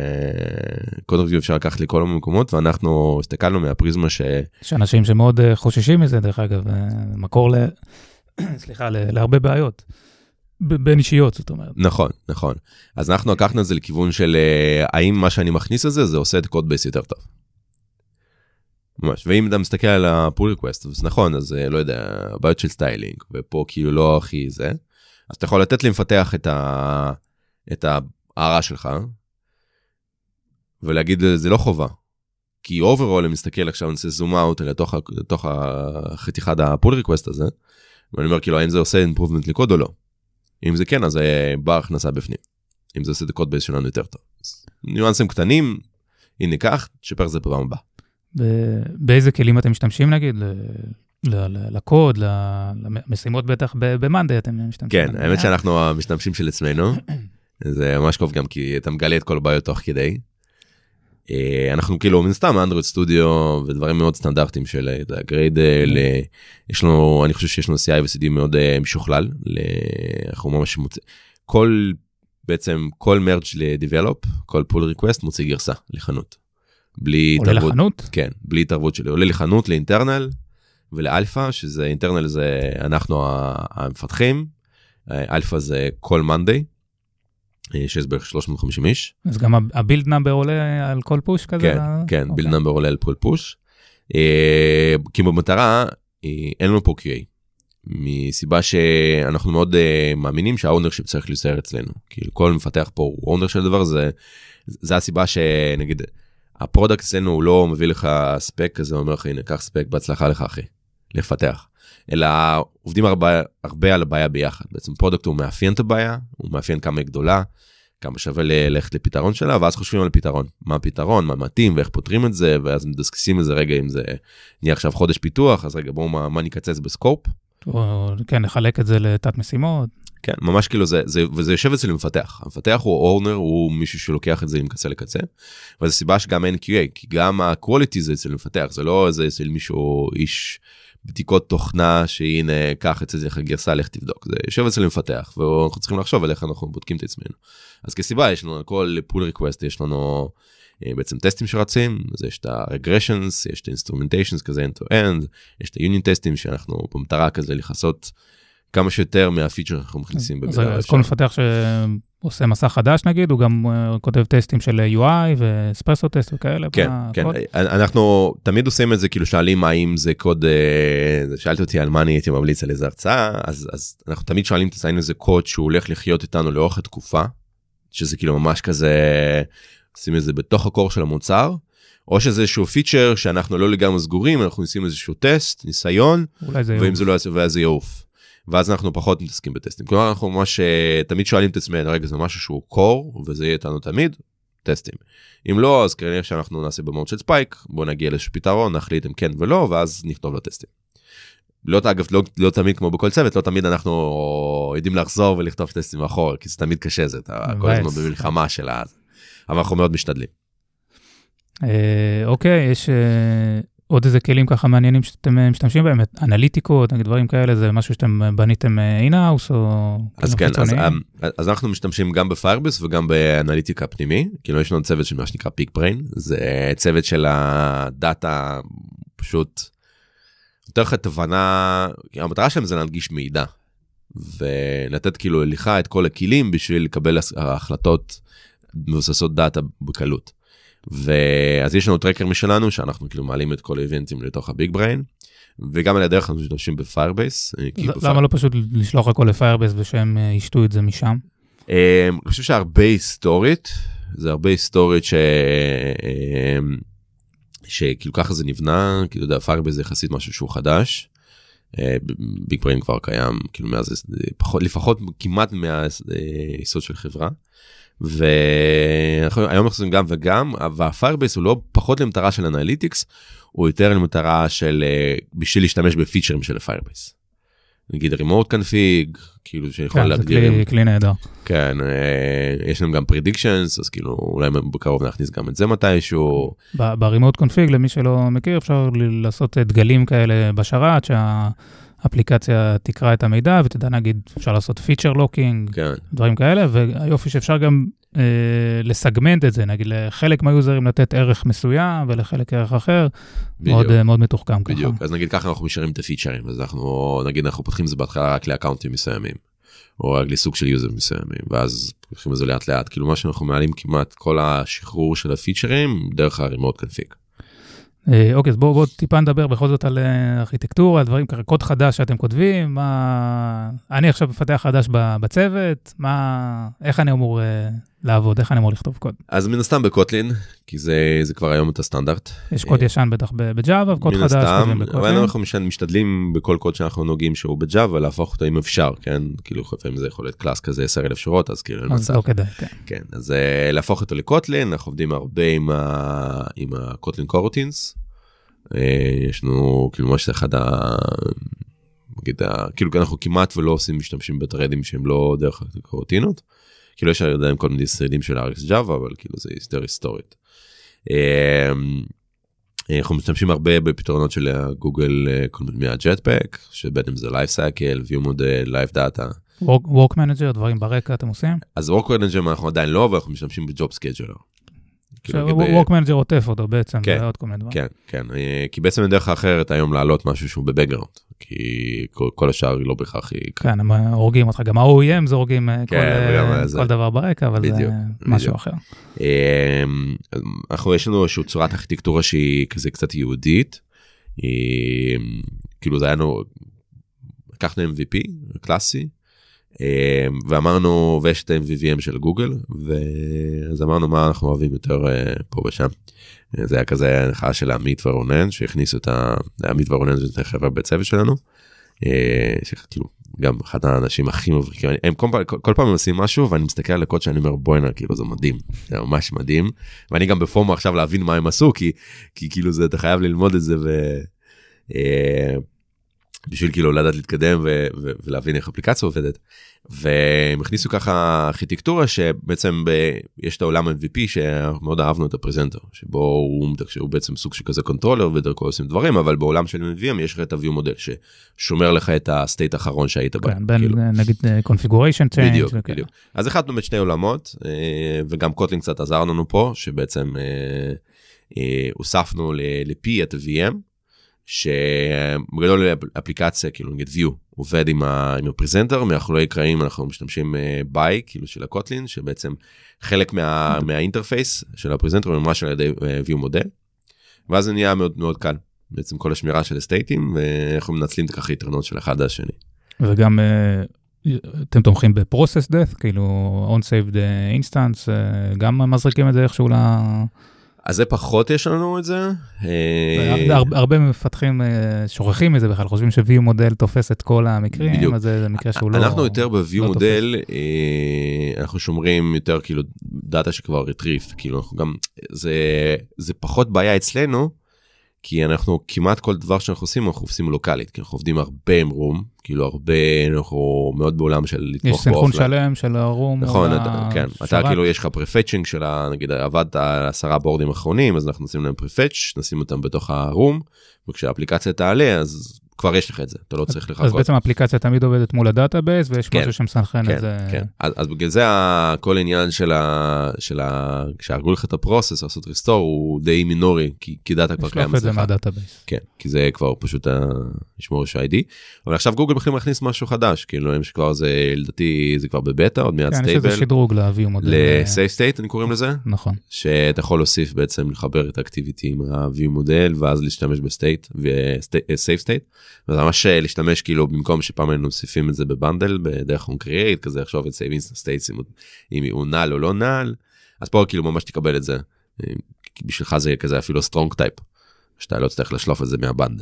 קוד ריוויו אפשר לקחת לכל המקומות, ואנחנו הסתכלנו מהפריזמה ש... יש אנשים שמאוד חוששים מזה, דרך אגב, מקור ל... סליחה, להרבה בעיות, בין אישיות, זאת אומרת. נכון, נכון. אז אנחנו לקחנו את זה לכיוון של, האם מה שאני מכניס לזה, זה עושה את קוד בייס יותר טוב. ממש, ואם אתה מסתכל על הפול ריקווסט, אז נכון, אז לא יודע, בעיות של סטיילינג, ופה כאילו לא הכי זה, אז אתה יכול לתת לי מפתח את ה... את הערה שלך, ולהגיד, זה לא חובה. כי אוברול, אני מסתכל עכשיו, אני עושה זום אאוט לתוך, לתוך החתיכת הפול ריקווסט הזה, ואני אומר, כאילו, האם זה עושה אימפרובמנט לקוד או לא? אם זה כן, אז זה בר הכנסה בפנים. אם זה עושה את הקוד בייס שלנו יותר טוב. ניואנסים קטנים, הנה כך, שפר זה פעם הבאה. באיזה כלים אתם משתמשים, נגיד? לקוד, למשימות בטח במאנדי אתם משתמשים. כן, האמת שאנחנו המשתמשים של עצמנו, זה ממש קוב גם כי אתה מגלה את כל הבעיות תוך כדי. אנחנו כאילו מן סתם אנדרואיד סטודיו ודברים מאוד סטנדרטיים של גריידל, יש לנו, אני חושב שיש לנו סי איי ו-סי די מאוד משוכלל, אנחנו ממש מוצא, כל, בעצם כל מרג' לדיבלופ, כל פול ריקווסט מוציא גרסה לחנות. בלי עולה התערבות, לחנות? כן, בלי התערבות שלי, עולה לחנות, לאינטרנל ולאלפא, שזה אינטרנל זה אנחנו המפתחים, אלפא זה כל מנדי, שיש בערך שלוש מאות וחמישים איש. אז גם הבילד נאמבר עולה על כל פוש כזה? כן, כן, בילד נאמבר עולה על כל פוש. כי במטרה, אין לנו פה קיו איי. מסיבה שאנחנו מאוד מאמינים שהאונרשיפ צריך להישאר אצלנו. כאילו כל מפתח פה הוא אונר של דבר, זה הסיבה שנגיד, הפרודקט אצלנו הוא לא מביא לך ספק כזה, הוא אומר לך, הנה, קח ספק, בהצלחה לך אחי, לפתח. אלא עובדים הרבה, הרבה על הבעיה ביחד. בעצם פרודקט הוא מאפיין את הבעיה, הוא מאפיין כמה היא גדולה, כמה שווה ללכת לפתרון שלה, ואז חושבים על הפתרון. מה הפתרון, מה מתאים, ואיך פותרים את זה, ואז מדסקסים את זה רגע, אם זה נהיה עכשיו חודש פיתוח, אז רגע בואו מה, מה נקצץ בסקופ. או, כן, נחלק את זה לתת משימות. כן, ממש כאילו זה, זה, וזה יושב אצל מפתח. המפתח הוא אורנר, הוא מישהו שלוקח את זה עם קצה לקצה, וזו סיבה שגם אין קיו איי, כי גם ה-quality זה אצל מפתח, זה לא זה אצל מישהו איש בדיקות תוכנה, שהנה, קח את זה לך גרסה, לך תבדוק. זה יושב אצל מפתח, ואנחנו צריכים לחשוב על איך אנחנו בודקים את עצמנו. אז כסיבה, יש לנו כל pull request, יש לנו בעצם טסטים שרצים, אז יש את ה-regressions, יש את ה-instrumentations כזה end-to-end, יש את ה-unit טסטים שאנחנו במטרה כזה לחסות כמה שיותר מהפיצ'ר שאנחנו מכניסים. אז כל מפתח שעושה מסע חדש נגיד, הוא גם כותב טסטים של יו איי וספרסו טסט וכאלה. כן, כן. אנחנו תמיד עושים את זה, כאילו שואלים האם זה קוד, שאלתי אותי על מה אני הייתי ממליץ על איזה הרצאה, אז אנחנו תמיד שואלים תעשיין איזה קוד שהוא הולך לחיות איתנו לאורך התקופה, שזה כאילו ממש כזה, עושים את זה בתוך הקור של המוצר, או שזה איזשהו פיצ'ר שאנחנו לא לגמרי סגורים, אנחנו נשים איזשהו טסט, ניסיון, ואם זה לא יעשה, ואז זה יעוף. ואז אנחנו פחות מתעסקים בטסטים. כלומר, אנחנו ממש תמיד שואלים את עצמנו, רגע, זה משהו שהוא קור, וזה יהיה איתנו תמיד, טסטים. אם לא, אז כנראה שאנחנו נעשה במוד של ספייק, בואו נגיע לאיזשהו פתרון, נחליט אם כן ולא, ואז נכתוב לו טסטים. לא, אגב, לא, לא תמיד כמו בכל צוות, לא תמיד אנחנו יודעים לחזור ולכתוב טסטים מאחור, כי זה תמיד קשה, זה כל הזמן במלחמה של אז. אבל אנחנו מאוד משתדלים. אוקיי, יש עוד איזה כלים ככה מעניינים שאתם משתמשים בהם, אנליטיקות, דברים כאלה, זה משהו שאתם בניתם אין-האוס או... אז כן, אז, אז אנחנו משתמשים גם בפיירבייס וגם באנליטיקה פנימי, כאילו יש לנו צוות של מה שנקרא פיק בריין, זה צוות של הדאטה פשוט יותר לך תובנה, המטרה שלהם זה להנגיש מידע, ולתת כאילו לך את כל הכלים בשביל לקבל החלטות מבוססות דאטה בקלות. ואז יש לנו טרקר משלנו, שאנחנו כאילו מעלים את כל האיבנטים לתוך הביג בריין, וגם על הדרך אנחנו משתמשים בפיירבייס. למה לא פשוט לשלוח הכל לפיירבייס ושהם ישתו את זה משם? אני חושב שהרבה היסטורית, זה הרבה היסטורית ש... שכאילו ככה זה נבנה, כאילו יודע, פיירבייס זה יחסית משהו שהוא חדש, ביג בריין כבר קיים, כאילו מאז, לפחות כמעט מהיסוד של חברה, והיום אנחנו עושים גם וגם, והפיירבייס הוא לא פחות למטרה של אנליטיקס, הוא יותר למטרה של, בשביל להשתמש בפיצ'רים של הפיירבייס. נגיד רימוט קונפיג, כאילו שיכול להגדיר... כן, זה כלי נהדר. כן, יש לנו גם predictions, אז כאילו אולי בקרוב נכניס גם את זה מתישהו. ברימוט קונפיג, למי שלא מכיר, אפשר לעשות דגלים כאלה בשרת, שה... אפליקציה תקרא את המידע, ותדע נגיד, אפשר לעשות פיצ'ר לוקינג, כן. דברים כאלה, והיופי שאפשר גם אה, לסגמנט את זה, נגיד לחלק מהיוזרים לתת ערך מסוים, ולחלק ערך אחר, מאוד, אה, מאוד מתוחכם ככה. בדיוק, אז נגיד ככה אנחנו משארים את הפיצ'רים, אז אנחנו, נגיד אנחנו פותחים את זה בהתחלה רק לאקאונטים מסוימים, או רק לסוג של יוזר מסוימים, ואז פותחים את זה לאט לאט, כאילו מה שאנחנו מעלים כמעט כל השחרור של הפיצ'רים, דרך הרימוט קונפיג. אוקיי, אז בואו בוא טיפה נדבר בכל זאת על ארכיטקטורה, על דברים ככה, קוד חדש שאתם כותבים, מה... אני עכשיו מפתח חדש בצוות, מה... איך אני אמור לעבוד, איך אני אמור לכתוב קוד? אז מן הסתם בקוטלין, כי זה, זה כבר היום את הסטנדרט. יש קוד ישן בטח בג'אווה, וקוד חדש כותבים בקוטלין. אבל אנחנו משתדלים בכל קוד שאנחנו נוגעים שהוא בג'אווה, להפוך אותו אם אפשר, כן? כאילו לפעמים זה יכול להיות קלאס כזה עשר אלף שורות, אז כאילו... אז לא כדאי, כן. כן, אז להפוך אותו לקוטלין, אנחנו עובדים הרבה עם ה... עם הקוטלין קורוטינס. יש לנו כאילו ממש אחד ה... כאילו אנחנו כמעט ולא עושים משתמשים בטרדים שהם לא דרך הקורוטינות, כאילו יש עדיין כל מיני שרידים של אר אקס ג'אווה, אבל כאילו זה יותר היסטורית. אנחנו משתמשים הרבה בפתרונות של גוגל, כל מיני מהג'טפק, שבין אם זה לייפסייקל, view model, live data. Work manager, דברים ברקע אתם עושים? אז work manager אנחנו עדיין לא, אבל אנחנו משתמשים בג'וב סקייג'לר. work manager עוטף אותו בעצם, זה עוד כל מיני דברים. כן, כן, כי בעצם הדרך האחרת היום לעלות משהו שהוא בבקגראונד, כי כל השאר לא בכך היא... כן, הם הורגים אותך, גם ה-או אי אם זה הורגים כל דבר ברקע, אבל זה משהו אחר. אנחנו, יש לנו איזושהי צורת ארכיטקטורה שהיא כזה קצת יהודית, כאילו זה היה לנו, לקחנו אם וי פי, קלאסי, ואמרנו, ויש את ה-אם וי וי אם של גוגל, ואז אמרנו מה אנחנו אוהבים יותר פה ושם. זה היה כזה הנחאה של עמית ורונן, שהכניסו את ה... עמית ורונן זה חברה בצוות שלנו, שכאילו, גם אחד האנשים הכי מבריקים, הם כל, כל, כל פעם עושים משהו, ואני מסתכל על הקוד שאני אומר, בואי, כאילו זה מדהים, זה ממש מדהים, ואני גם בפורמה עכשיו להבין מה הם עשו, כי, כי כאילו זה, אתה חייב ללמוד את זה, ו... בשביל כאילו לדעת להתקדם ו- ו- ולהבין איך אפליקציה עובדת. והם הכניסו ככה ארכיטקטורה שבעצם ב- יש את העולם ה-אם וי פי שמאוד אהבנו את הפרזנטר, שבו הוא, הוא בעצם סוג של כזה קונטרולר ודרכו עושים דברים, אבל בעולם של אם וי אם יש לך את ה-view מודל ששומר לך את הסטייט האחרון שהיית בו. כן, בין כאילו. נגיד configuration change. בדיוק, וכן. בדיוק. אז החלטנו בשני עולמות, וגם קוטלין קצת עזר לנו פה, שבעצם הוספנו ל-P את ה-וי אם, שבגדול אפליקציה, כאילו נגיד view, עובד עם הפרזנטר, מאחורי קרעים אנחנו משתמשים ביי, כאילו של הקוטלין, שבעצם חלק מהאינטרפייס של הפרזנטר הוא ממש על ידי view מודל, ואז זה נהיה מאוד מאוד קל, בעצם כל השמירה של הסטייטים, ואנחנו מנצלים את ככה יתרונות של אחד השני. וגם אתם תומכים בפרוסס death, כאילו on-saved instance, גם מזריקים את זה איכשהו ל... אז זה פחות יש לנו את זה. הרבה מפתחים שוכחים מזה בכלל, חושבים ש-view מודל תופס את כל המקרים, אז זה מקרה שהוא לא... אנחנו יותר ב-view מודל, אנחנו שומרים יותר כאילו דאטה שכבר retrieve, כאילו אנחנו גם, זה פחות בעיה אצלנו, כי אנחנו כמעט כל דבר שאנחנו עושים, אנחנו עושים לוקלית, כי אנחנו עובדים הרבה עם רום, כאילו הרבה, אנחנו מאוד בעולם של לתמוך באופליין. יש סנכרון שלם של הרום. נכון, כן, אתה כאילו יש לך פרפצ'ינג של, נגיד עבדת על עשרה בורדים אחרונים, אז אנחנו נשים להם פרפצ', נשים אותם בתוך הרום, וכשהאפליקציה תעלה, אז כבר יש לך את זה, אתה לא צריך לחכות. אז בעצם האפליקציה תמיד עובדת מול הדאטאבייס, ויש משהו שמסנכרן את זה. כן, כן. אז בגלל זה כל עניין של ה... כשהרגו לך את הפרוסס, לעשות ריסטור, הוא די מינורי, כי דאטה כבר קיים. לשלוף את זה מהדאטאבייס. כן, כי זה כבר פשוט לשמור איש איי די. אבל עכשיו גוגל בכלל מכניס משהו חדש, כאילו הם שכבר זה, לדעתי, זה כבר בבטא, עוד מעט סטייבל. כן, יש איזה שדרוג ל-view מודל. ל-safe state, אני קוראים לזה. נכון. שאתה יכול להוסיף בעצם לחבר את האקטיביטי עם ה-view מודל, ואז להשתמש בסטייט, ו-safe state. וזה ממש להשתמש כאילו במקום שפעם היינו מוסיפים את זה בבנדל, בדרך on-create, כזה עכשיו את save instance states, אם הוא נל או לא נל, אז פה כאילו ממש תקבל את זה. בשבילך זה כזה אפילו strong type, שאתה לא צריך לשלוף את זה מהבנדל.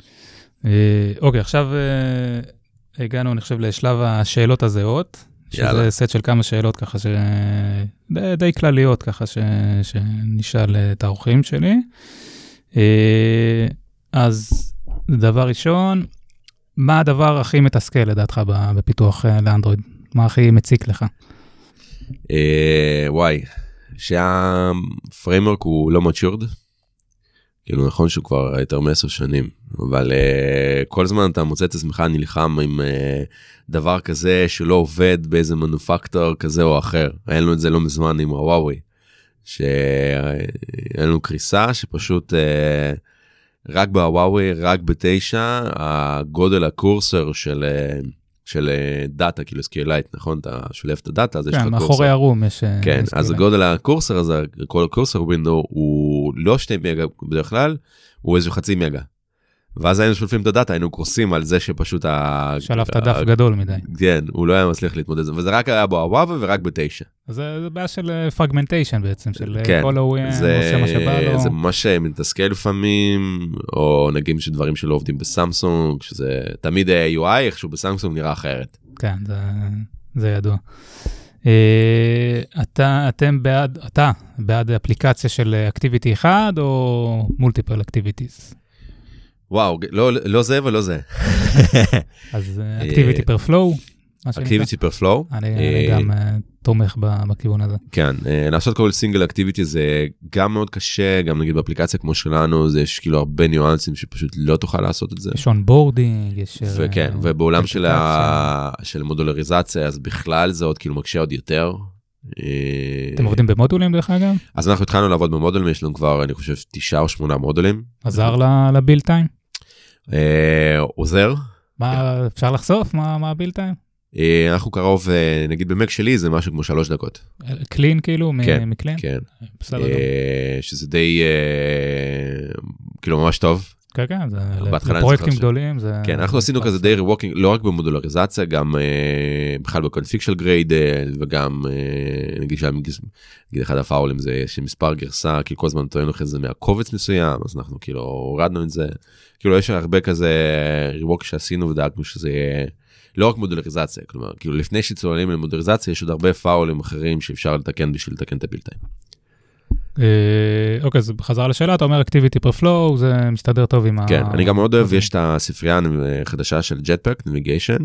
אוקיי, עכשיו הגענו, אני חושב, לשלב השאלות הזהות, שזה סט של כמה שאלות ככה, די כלליות ככה, שנשאל את האורחים שלי. אז דבר ראשון, מה הדבר הכי מתסכל לדעתך בפיתוח לאנדרואיד? מה הכי מציק לך? וואי, שהפריימורק הוא לא matured, כאילו נכון שהוא כבר יותר מעשר שנים, אבל כל זמן אתה מוצא את עצמך נלחם עם דבר כזה שלא עובד באיזה מנופקטור כזה או אחר. היה לנו את זה לא מזמן עם הוואוי, שהיה לנו קריסה שפשוט... רק בוואוי, רק בתשע, הגודל הקורסר של, של דאטה, כאילו סקיילייט, נכון? אתה שולף את הדאטה, אז יש לך קורסר. כן, מאחורי הרום יש כן, אז הגודל הקורסר הזה, כל הקורסר ווינדו, הוא לא שתי מגה בדרך כלל, הוא איזו חצי מגה. ואז היינו שולפים את הדאטה, היינו קורסים על זה שפשוט... שלפת דף גדול מדי. כן, הוא לא היה מצליח להתמודד, וזה רק היה בוואוי ורק בתשע. זה בעיה של פרגמנטיישן בעצם, של כל ה-או אי אם עושה מה שבא לו. זה ממש מתסכל לפעמים, או נגיד שדברים שלא עובדים בסמסונג, שזה תמיד יו איי, איכשהו בסמסונג נראה אחרת. כן, זה ידוע. אתה, אתם בעד, אתה בעד אפליקציה של אקטיביטי אחד, או מולטיפל אקטיביטיז? וואו, לא, לא זה ולא זה. אז אקטיביטי פר פלואו? Activity per flow. אני גם תומך בכיוון הזה. כן, לעשות כל סינגל אקטיביטי זה גם מאוד קשה, גם נגיד באפליקציה כמו שלנו, זה יש כאילו הרבה ניואנסים שפשוט לא תוכל לעשות את זה. יש אונבורדינג, יש... וכן, ובעולם של מודולריזציה, אז בכלל זה עוד כאילו מקשה עוד יותר. אתם עובדים במודולים דרך אגב? אז אנחנו התחלנו לעבוד במודולים, יש לנו כבר, אני חושב, תשעה או שמונה מודולים. עזר לביל טיים? עוזר. מה, אפשר לחשוף? מה הביל טיים? אנחנו קרוב, נגיד במק שלי זה משהו כמו שלוש דקות. קלין כאילו? מקלין? כן. שזה די, כאילו ממש טוב. כן, כן, זה לפרויקטים גדולים. כן, אנחנו עשינו כזה די רווקינג, לא רק במודולריזציה, גם בכלל בקונפיקשל גרייד, וגם, נגיד אחד הפאולים זה שמספר גרסה, כאילו כל הזמן טוענו אחרי זה מהקובץ מסוים, אז אנחנו כאילו הורדנו את זה. כאילו יש הרבה כזה רווק שעשינו ודאגנו שזה יהיה, לא רק מודולריזציה, כלומר, כאילו לפני שצוללים למודולריזציה, יש עוד הרבה פאולים אחרים שאפשר לתקן בשביל לתקן את הבילטיים. אוקיי, אז בחזרה לשאלה, אתה אומר Activity per Flow, זה מסתדר טוב עם ה... כן, אני גם מאוד אוהב, יש את הספרייה החדשה של Jetpack Navigation,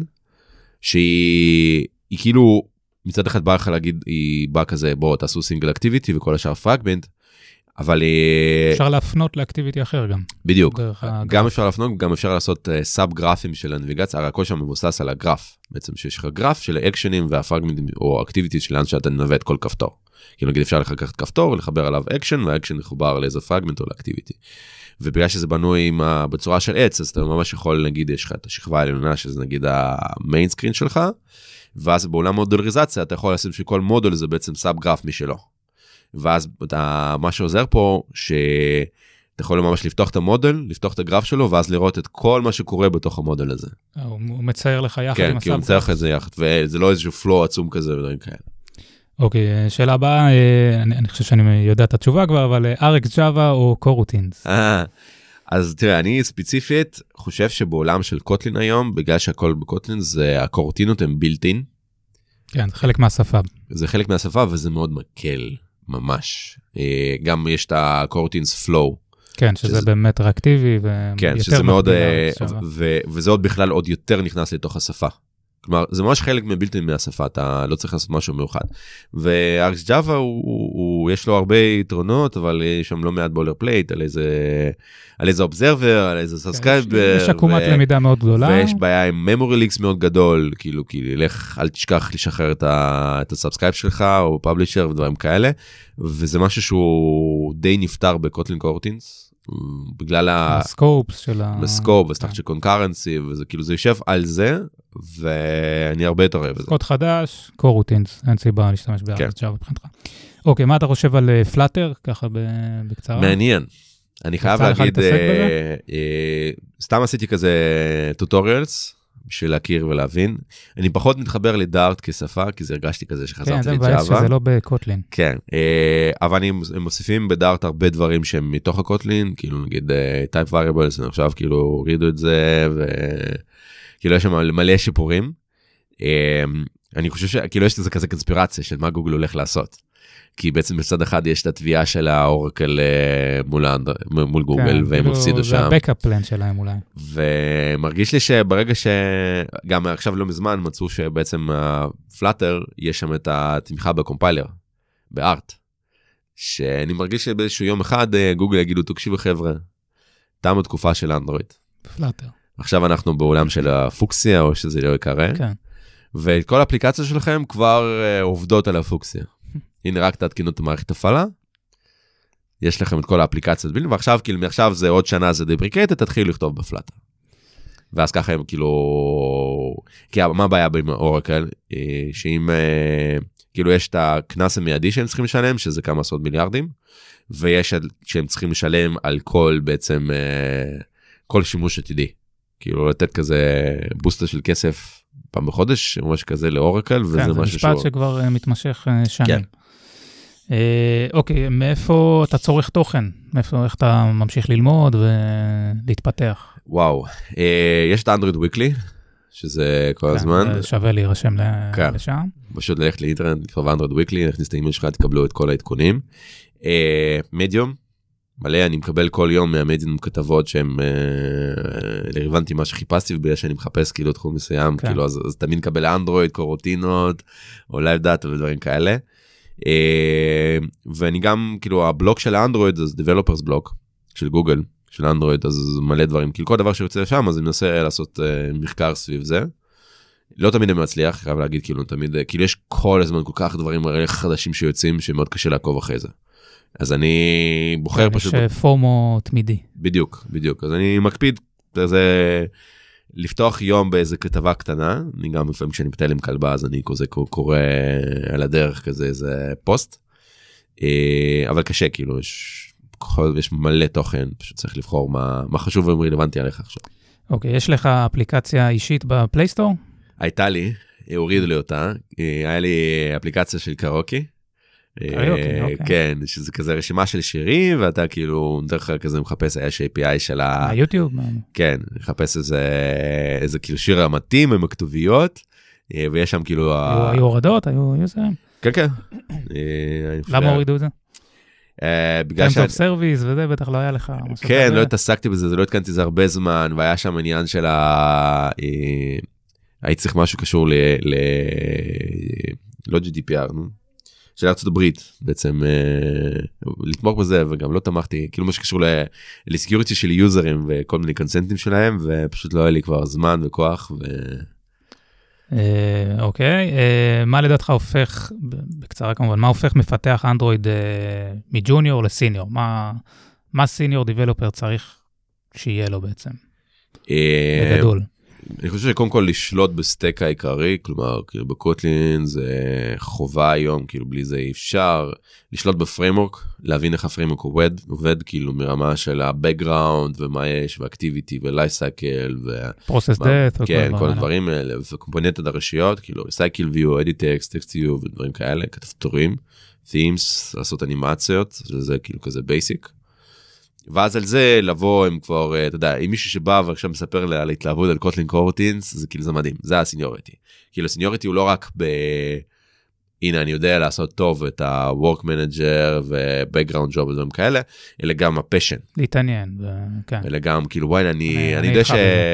שהיא כאילו, מצד אחד בא לך להגיד, היא באה כזה, בואו תעשו סינגל אקטיביטי וכל השאר פרגמנט, אבל... אפשר להפנות לאקטיביטי אחר גם. בדיוק, גם אפשר להפנות, גם אפשר לעשות סאב גרפים של הנביגציה, הכל שם מבוסס על הגרף, בעצם שיש לך גרף של האקשנים והפרגמנטים, או אקטיביטי שלאן שאתה נווה את כל כפתור. כאילו נגיד אפשר לקחת כפתור ולחבר עליו אקשן, והאקשן מחובר לאיזה פרגמנט או לאקטיביטי. ובגלל שזה בנוי בצורה של עץ, אז אתה ממש יכול, נגיד, יש לך את השכבה העליונה, שזה נגיד המיין סקרין שלך, ואז בעולם מודולריזציה, אתה יכול לשים שכל מודול זה בעצם סאב גרף משלו. ואז אתה, מה שעוזר פה, שאתה יכול ממש לפתוח את המודול, לפתוח את הגרף שלו, ואז לראות את כל מה שקורה בתוך המודול הזה. הוא מצייר לך יחד עם הסאב גרף. כן, כי הוא מצייר לך את זה יחד, וזה לא איזשהו פלואו עצום כזה ודברים כאלה. אוקיי, שאלה הבאה, אני, אני חושב שאני יודע את התשובה כבר, אבל אר אקס ג'אווה או קורוטינס? אז תראה, אני ספציפית חושב שבעולם של קוטלין היום, בגלל שהכל בקוטלין, זה הקורוטינות הם בילטין. כן, זה חלק מהשפה. זה חלק מהשפה, וזה מאוד מקל, ממש. גם יש את הקורוטינס פלואו. כן, שזה, שזה באמת ריאקטיבי, כן, שזה מאוד, ו, וזה עוד בכלל עוד יותר נכנס לתוך השפה. כלומר, זה ממש חלק מבלתי מהשפה, אתה לא צריך לעשות משהו מיוחד. ו-אר אקס ג'אווה, הוא, הוא, יש לו הרבה יתרונות, אבל יש שם לא מעט בולר פלייט, על איזה, על איזה אובזרבר, על איזה סאבסקרייבר. יש עקומת ו- למידה מאוד גדולה. ויש בעיה עם memory leaks מאוד גדול, כאילו, כאילו, לך, אל תשכח לשחרר את, ה- את הסאבסקרייב שלך, או פאבלישר ודברים כאלה, וזה משהו שהוא די נפטר בקוטלין קורטינס, בגלל הסקופס של ה... הסקופ, הסטרקצ'ר קונקרנסי, וזה כאילו, זה יושב על זה, ואני הרבה יותר אוהב את זה. קוד חדש, קורוטינס, אין סיבה להשתמש ב-אר אקס ג'אווה מבחינתך. אוקיי, מה אתה חושב על פלאטר, ככה בקצרה? מעניין. אני חייב להגיד, סתם עשיתי כזה טוטוריאלס, בשביל להכיר ולהבין. אני פחות מתחבר לדארט כשפה, כי זה הרגשתי כזה שחזרתי לג'אווה. כן, זה מבאס שזה לא בקוטלין. כן, אבל הם מוסיפים בדארט הרבה דברים שהם מתוך הקוטלין, כאילו נגיד טייפ וריאבלס, אני עכשיו כאילו הורידו את זה, וכאילו יש שם מלא שיפורים. אני חושב שכאילו יש לזה כזה קונספירציה של מה גוגל הולך לעשות. כי בעצם בצד אחד יש את התביעה של האורקל מול, מול גוגל, והם הפסידו שם. זה הבקאפ פלן שלהם אולי. ומרגיש לי שברגע שגם עכשיו לא מזמן מצאו שבעצם הפלאטר, יש שם את התמיכה בקומפיילר, בארט. שאני מרגיש שבאיזשהו יום אחד גוגל יגידו, תקשיבו חבר'ה, תמו תקופה של אנדרואיד. פלאטר. עכשיו אנחנו בעולם של הפוקסיה, או שזה לא יקרה. כן. וכל האפליקציה שלכם כבר עובדות על הפוקסיה. הנה רק תתקינו את המערכת הפעלה, יש לכם את כל האפליקציות, ועכשיו, כאילו, מעכשיו זה עוד שנה זה דבריקטד, תתחילו לכתוב בפלאטר. ואז ככה הם כאילו, כי מה הבעיה עם אורקל? שאם, כאילו, יש את הכנס המיידי שהם צריכים לשלם, שזה כמה עשרות מיליארדים, ויש שהם צריכים לשלם על כל, בעצם, כל שימוש עתידי. כאילו, לתת כזה בוסטר של כסף פעם בחודש, ממש כזה לאורקל, וזה משהו שהוא... כן, זה משפט שכבר מתמשך שנים. כן. אוקיי, מאיפה אתה צורך תוכן? מאיפה, איך אתה ממשיך ללמוד ולהתפתח? וואו, יש את אנדרואיד וויקלי, שזה כל הזמן. שווה להירשם לשם. פשוט ללכת לאינטרנט, לכתוב אנדרואיד וויקלי, נכניס את האימייל שלך, תקבלו את כל העדכונים. מדיום, מלא, אני מקבל כל יום מהמדיום כתבות שהן רלוונטיים מה שחיפשתי, ובגלל שאני מחפש כאילו תחום מסוים, כן. כאילו, אז, אז תמיד מקבל אנדרואיד, קורוטינות, או לייב דאטה ודברים כאלה. ואני גם, כאילו, הבלוק של האנדרואיד, אז Developers בלוק של גוגל, של אנדרואיד, אז מלא דברים. כאילו, כל דבר שיוצא שם, אז אני מנסה לעשות מחקר סביב זה. לא תמיד אני מצליח, חייב להגיד, כאילו, תמיד, כאילו, יש כל הזמן כל כך דברים חדשים שיוצאים, שמאוד קשה לעקוב אחרי זה. אז אני בוחר פשוט... יש פורמו תמידי. בדיוק, בדיוק. אז אני מקפיד, זה לפתוח יום באיזה כתבה קטנה, אני גם לפעמים כשאני מטייל עם כלבה, אז אני כזה קורא על הדרך כזה איזה פוסט, אבל קשה, כאילו, יש, יש מלא תוכן, פשוט צריך לבחור מה, מה חשוב ורלוונטי עליך עכשיו. אוקיי, יש לך אפליקציה אישית בפלייסטור? הייתה לי, הורידו לי אותה, היה לי אפליקציה של קראוקי, כן, שזה כזה רשימה של שירים, ואתה כאילו, דרך כלל כזה מחפש, יש איי פי איי של ה... היוטיוב? כן, מחפש איזה כאילו שיר המתאים עם הכתוביות, ויש שם כאילו... היו הורדות? היו יוזרים? כן, כן. למה הורידו את זה? בגלל ש... Terms of Service וזה, בטח לא היה לך... כן, לא התעסקתי בזה, זה לא התקנתי זה הרבה זמן, והיה שם עניין של ה... הייתי צריך משהו קשור ל... לא ג'י די פי אר, נו. של ארצות הברית, בעצם, לתמוך בזה, וגם לא תמכתי, כאילו מה שקשור לסקיוריטי של יוזרים, וכל מיני קונסנטים שלהם, ופשוט לא היה לי כבר זמן וכוח, ו... אוקיי, מה לדעתך הופך, בקצרה כמובן, מה הופך מפתח אנדרואיד מג'וניור לסיניור? מה סיניור דיבלופר צריך שיהיה לו בעצם? בגדול. אני חושב שקודם כל לשלוט בסטק העיקרי, כלומר, כאילו בקוטלין זה חובה היום, כאילו בלי זה אי אפשר, לשלוט בפריימורק, להבין איך הפריימורק עובד, עובד כאילו מרמה של ה-background ומה יש, ואקטיביטי ולייפסייקל, פרוסס דאט, כן, כל הדברים האלה, וקומפוננטות הראשיות, כאילו ריסייקל ויו, אדיט טקסט, טקסט ויו ודברים כאלה, כתבתורים, themes, לעשות אנימציות, זה כאילו כזה basic. ואז על זה לבוא עם כבר, אתה יודע, עם מישהו שבא ועכשיו מספר לה, על התלהבות על קוטלין קורטינס, זה כאילו זה מדהים, זה הסיניוריטי. כאילו הסיניוריטי הוא לא רק ב... הנה, אני יודע לעשות טוב את ה-work manager ו-background job ודברים כאלה, אלא גם הפשן. להתעניין, כן. אלא גם, כאילו, וואי, אני, אני יודע ש...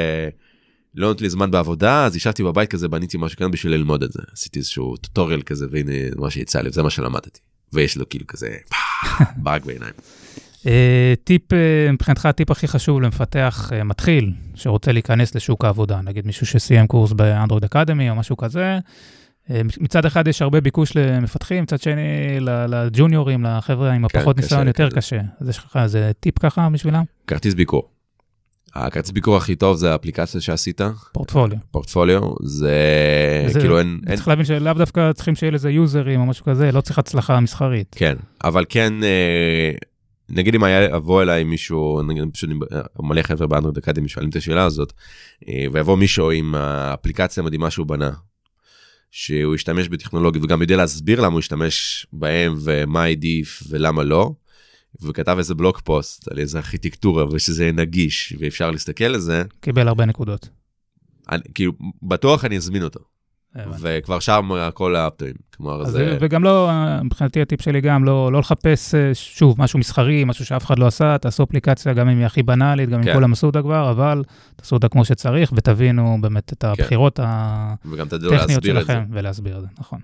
לא נותן לי זמן בעבודה, אז ישבתי בבית כזה, בניתי משהו כאן בשביל ללמוד את זה. עשיתי איזשהו טוטוריאל כזה, והנה מה שיצא לי, זה מה שלמדתי. ויש לו כאילו כזה, באג בעיניים. טיפ, מבחינתך הטיפ הכי חשוב למפתח מתחיל, שרוצה להיכנס לשוק העבודה, נגיד מישהו שסיים קורס באנדרואיד אקדמי או משהו כזה, מצד אחד יש הרבה ביקוש למפתחים, מצד שני לג'וניורים, לחבר'ה עם הפחות ניסיון יותר קשה. אז יש לך איזה טיפ ככה בשבילם? כרטיס ביקור. הכרטיס ביקור הכי טוב זה האפליקציה שעשית. פורטפוליו. פורטפוליו, זה כאילו אין... צריך להבין שלאו דווקא צריכים שיהיה לזה יוזרים או משהו כזה, לא צריך הצלחה מסחרית. כן, אבל כן... נגיד אם היה אבוא אליי מישהו, נגיד פשוט מלא חבר'ה באנדרואיד אקדמי שואלים את השאלה הזאת, ויבוא מישהו עם האפליקציה המדהימה שהוא בנה, שהוא ישתמש בטכנולוגיה, וגם יודע להסביר למה הוא ישתמש בהם, ומה עדיף ולמה לא, וכתב איזה בלוג פוסט על איזה ארכיטקטורה, ושזה נגיש, ואפשר להסתכל על זה. קיבל הרבה נקודות. אני, כאילו, בטוח אני אזמין אותו. וכבר שם הכל האפטואים. וגם לא, מבחינתי הטיפ שלי גם, לא לחפש שוב משהו מסחרי, משהו שאף אחד לא עשה, תעשו אפליקציה גם אם היא הכי בנאלית, גם אם כל המסעו אותה כבר, אבל תעשו אותה כמו שצריך, ותבינו באמת את הבחירות הטכניות שלכם, ולהסביר את זה, נכון.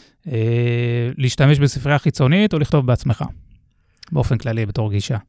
להשתמש בספרייה חיצונית, או לכתוב בעצמך, באופן כללי, בתור גישה.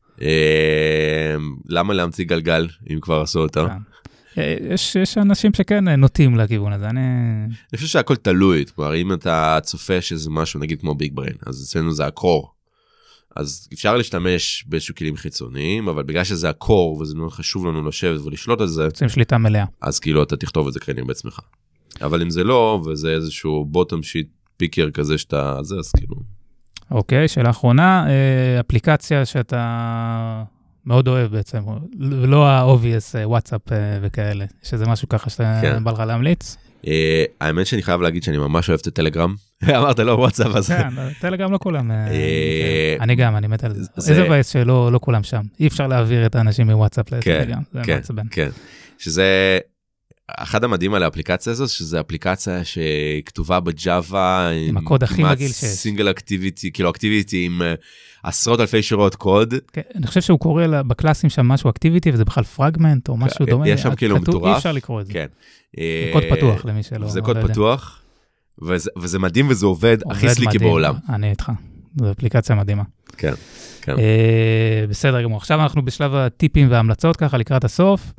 למה להמציא גלגל, אם כבר עשו אותה? יש, יש אנשים שכן נוטים לכיוון הזה, אני... אני חושב שהכל תלוי, כלומר, אם אתה צופה שזה משהו, נגיד כמו ביג בריין, אז אצלנו זה הקור, אז אפשר להשתמש באיזשהו כלים חיצוניים, אבל בגלל שזה הקור, וזה מאוד חשוב לנו לשבת ולשלוט על זה, רוצים שליטה מלאה. אז כאילו אתה תכתוב את זה כנראה בעצמך. אבל אם זה לא, וזה איזשהו בוטום שיט פיקר כזה שאתה, זה, אז כאילו... אוקיי, שאלה אחרונה, אפליקציה שאתה... מאוד אוהב בעצם, ולא ה-obvious וואטסאפ וכאלה, שזה משהו ככה שאתה בא לך להמליץ. האמת שאני חייב להגיד שאני ממש אוהב את הטלגרם, אמרת לא וואטסאפ, אז... כן, טלגרם לא כולם, אני גם, אני מת על זה. איזה בייס שלא כולם שם, אי אפשר להעביר את האנשים מוואטסאפ לטלגרם, זה מעצבן. כן, שזה, אחד המדהים על האפליקציה הזאת, שזו אפליקציה שכתובה בג'אווה, עם הקוד הכי מגעיל שיש. סינגל אקטיביטי, כאילו אקטיביטי עם עשרות אלפי שורות קוד. כן, אני חושב שהוא קורא בקלאסים שם משהו אקטיביטי, וזה בכלל פרגמנט או משהו דומה. יש שם כאילו מטורף. אי אפשר לקרוא את זה. כן. זה קוד פתוח למי שלא... זה קוד פתוח, וזה מדהים וזה עובד הכי סליקי בעולם. אני איתך, זו אפליקציה מדהימה. כן, כן. בסדר גמור, עכשיו אנחנו בשלב הטיפים וההמלצות ככה לקראת הסוף.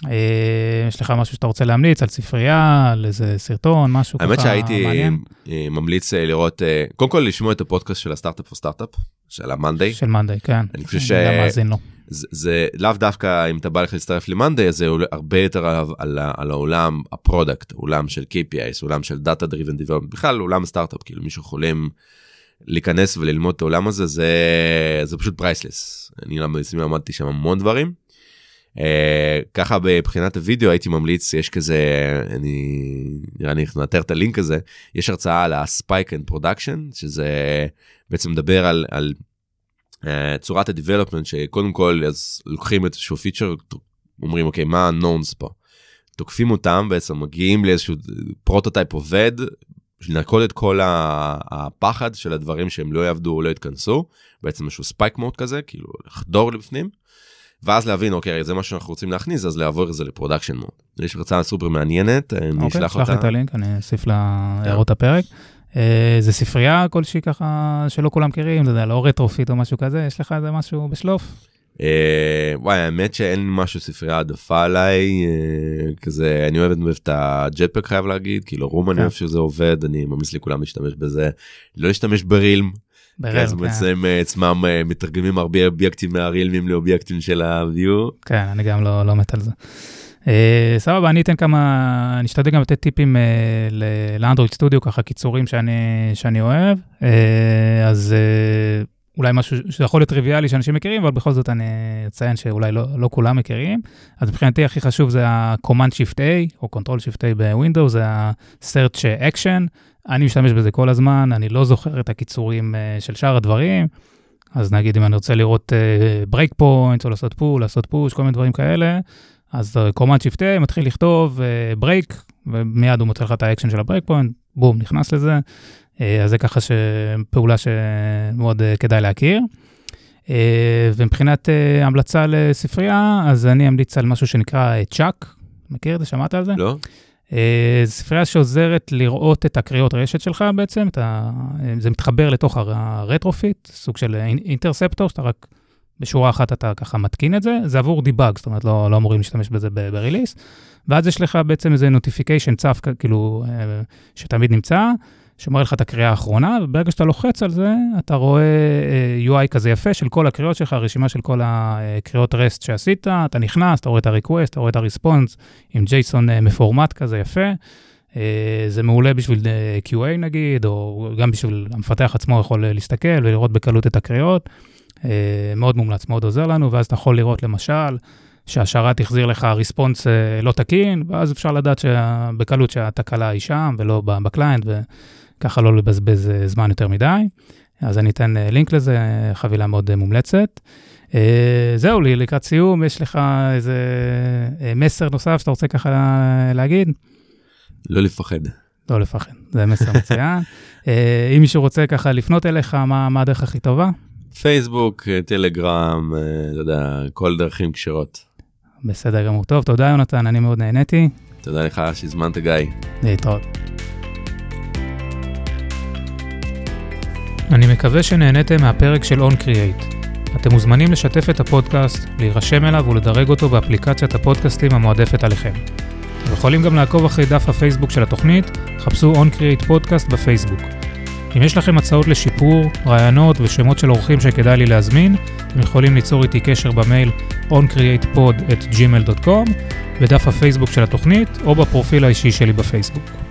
יש לך משהו שאתה רוצה להמליץ על ספרייה, על איזה סרטון, משהו ככה מעניין? האמת שהייתי ממליץ לראות, קודם כל לשמוע את הפודקאסט של הסטארט-אפ או סטארט-אפ, של המנדי. של מנדי, כן. אני חושב ש... זה לאו דווקא אם אתה בא לך להצטרף למנדי, אז זה הרבה יותר על, על העולם, הפרודקט, עולם של קיי פי אי's, עולם של Data Driven Development, בכלל עולם סטארט-אפ, כאילו מישהו יכולים להיכנס וללמוד את העולם הזה, זה, זה פשוט פרייסלס. אני למדתי שם המון דברים. Uh, ככה בבחינת הוידאו הייתי ממליץ, יש כזה, אני נראה לי נאתר את הלינק הזה, יש הרצאה על ה-Spike and Production, שזה בעצם מדבר על, על uh, צורת ה-Development, שקודם כל אז לוקחים את איזשהו פיצ'ר, אומרים אוקיי, מה ה-Knowns פה? תוקפים אותם, בעצם מגיעים לאיזשהו פרוטוטייפ עובד, לנקוד את כל הפחד של הדברים שהם לא יעבדו או לא יתכנסו, בעצם איזשהו Spike Mode כזה, כאילו לחדור לבפנים, ואז להבין, אוקיי, זה מה שאנחנו רוצים להכניס, אז לעבור את זה לפרודקשן מוד. יש הרצאה סופר מעניינת, אני אשלח אותה. שלח לי את הלינק, אני אוסיף להערות הפרק. זה ספרייה כלשהי ככה, שלא כולם מכירים, זה לא רטרופיט או משהו כזה, יש לך איזה משהו בשלוף? וואי, האמת שאין משהו ספרייה עדפה עליי, כזה, אני אוהב את הג'טפק חייב להגיד, כאילו רום אני אוהב שזה עובד, אני ממליץ לי כולם להשתמש בזה, לא להשתמש ברילם, כן, אז בעצם עצמם מתרגמים הרבה אובייקטים מהרילמים לאובייקטים של ה-view. כן, אני גם לא מת על זה. סבבה, אני אתן כמה, אני אשתדל גם לתת טיפים לאנדרואיד סטודיו, ככה קיצורים שאני אוהב, אז אולי משהו שיכול להיות טריוויאלי שאנשים מכירים, אבל בכל זאת אני אציין שאולי לא כולם מכירים. אז מבחינתי הכי חשוב זה ה-Command Shift A, או Control Shift A בווינדוס, זה ה-Search Action, אני משתמש בזה כל הזמן, אני לא זוכר את הקיצורים uh, של שאר הדברים, אז נגיד אם אני רוצה לראות ברייק uh, פוינט, או לעשות פול, לעשות פוש, כל מיני דברים כאלה, אז uh, Command Shift A מתחיל לכתוב ברייק, uh, ומיד הוא מוצא לך את האקשן של הברייק פוינט, בום, נכנס לזה, uh, אז זה ככה פעולה שמאוד uh, כדאי להכיר. Uh, ומבחינת uh, המלצה לספרייה, אז אני אמליץ על משהו שנקרא צ'אק, מכיר את זה? שמעת על זה? לא. זו ספרייה שעוזרת לראות את הקריאות רשת שלך בעצם, זה מתחבר לתוך הרטרופיט, סוג של אינטרספטור, שאתה רק בשורה אחת אתה ככה מתקין את זה, זה עבור דיבאג, זאת אומרת לא, לא אמורים להשתמש בזה בריליס, ואז יש לך בעצם איזה נוטיפיקיישן צף, כאילו, שתמיד נמצא, שמראה לך את הקריאה האחרונה, וברגע שאתה לוחץ על זה, אתה רואה יו איי כזה יפה של כל הקריאות שלך, רשימה של כל הקריאות רסט שעשית, אתה נכנס, אתה רואה את הריקווסט, אתה רואה את הריספונס, עם ג'ייסון מפורמט כזה יפה, זה מעולה בשביל קיו איי נגיד, או גם בשביל המפתח עצמו יכול להסתכל ולראות בקלות את הקריאות, מאוד מומלץ, מאוד עוזר לנו, ואז אתה יכול לראות למשל, שהשרת יחזיר לך ריספונס לא תקין, ואז אפשר לדעת בקלות שהתקלה היא שם, ולא בקליינט, וככה לא לבזבז זמן יותר מדי. אז אני אתן לינק לזה, חבילה מאוד מומלצת. זהו לי, לקראת סיום, יש לך איזה מסר נוסף שאתה רוצה ככה להגיד? לא לפחד. לא לפחד, זה מסר מצוין. אם מישהו רוצה ככה לפנות אליך, מה הדרך הכי טובה? פייסבוק, טלגרם, לא יודע, כל דרכים קשרות. בסדר גמור. טוב, תודה יונתן, אני מאוד נהניתי. תודה לך שהזמנת גיא. להתראות. אני מקווה שנהניתם מהפרק של On Create. אתם מוזמנים לשתף את הפודקאסט, להירשם אליו ולדרג אותו באפליקציית הפודקאסטים המועדפת עליכם. אתם יכולים גם לעקוב אחרי דף הפייסבוק של התוכנית, חפשו On Create פודקאסט בפייסבוק. אם יש לכם הצעות לשיפור, רעיונות ושמות של אורחים שכדאי לי להזמין, אתם יכולים ליצור איתי קשר במייל oncreatepod at gmail dot com, בדף הפייסבוק של התוכנית או בפרופיל האישי שלי בפייסבוק.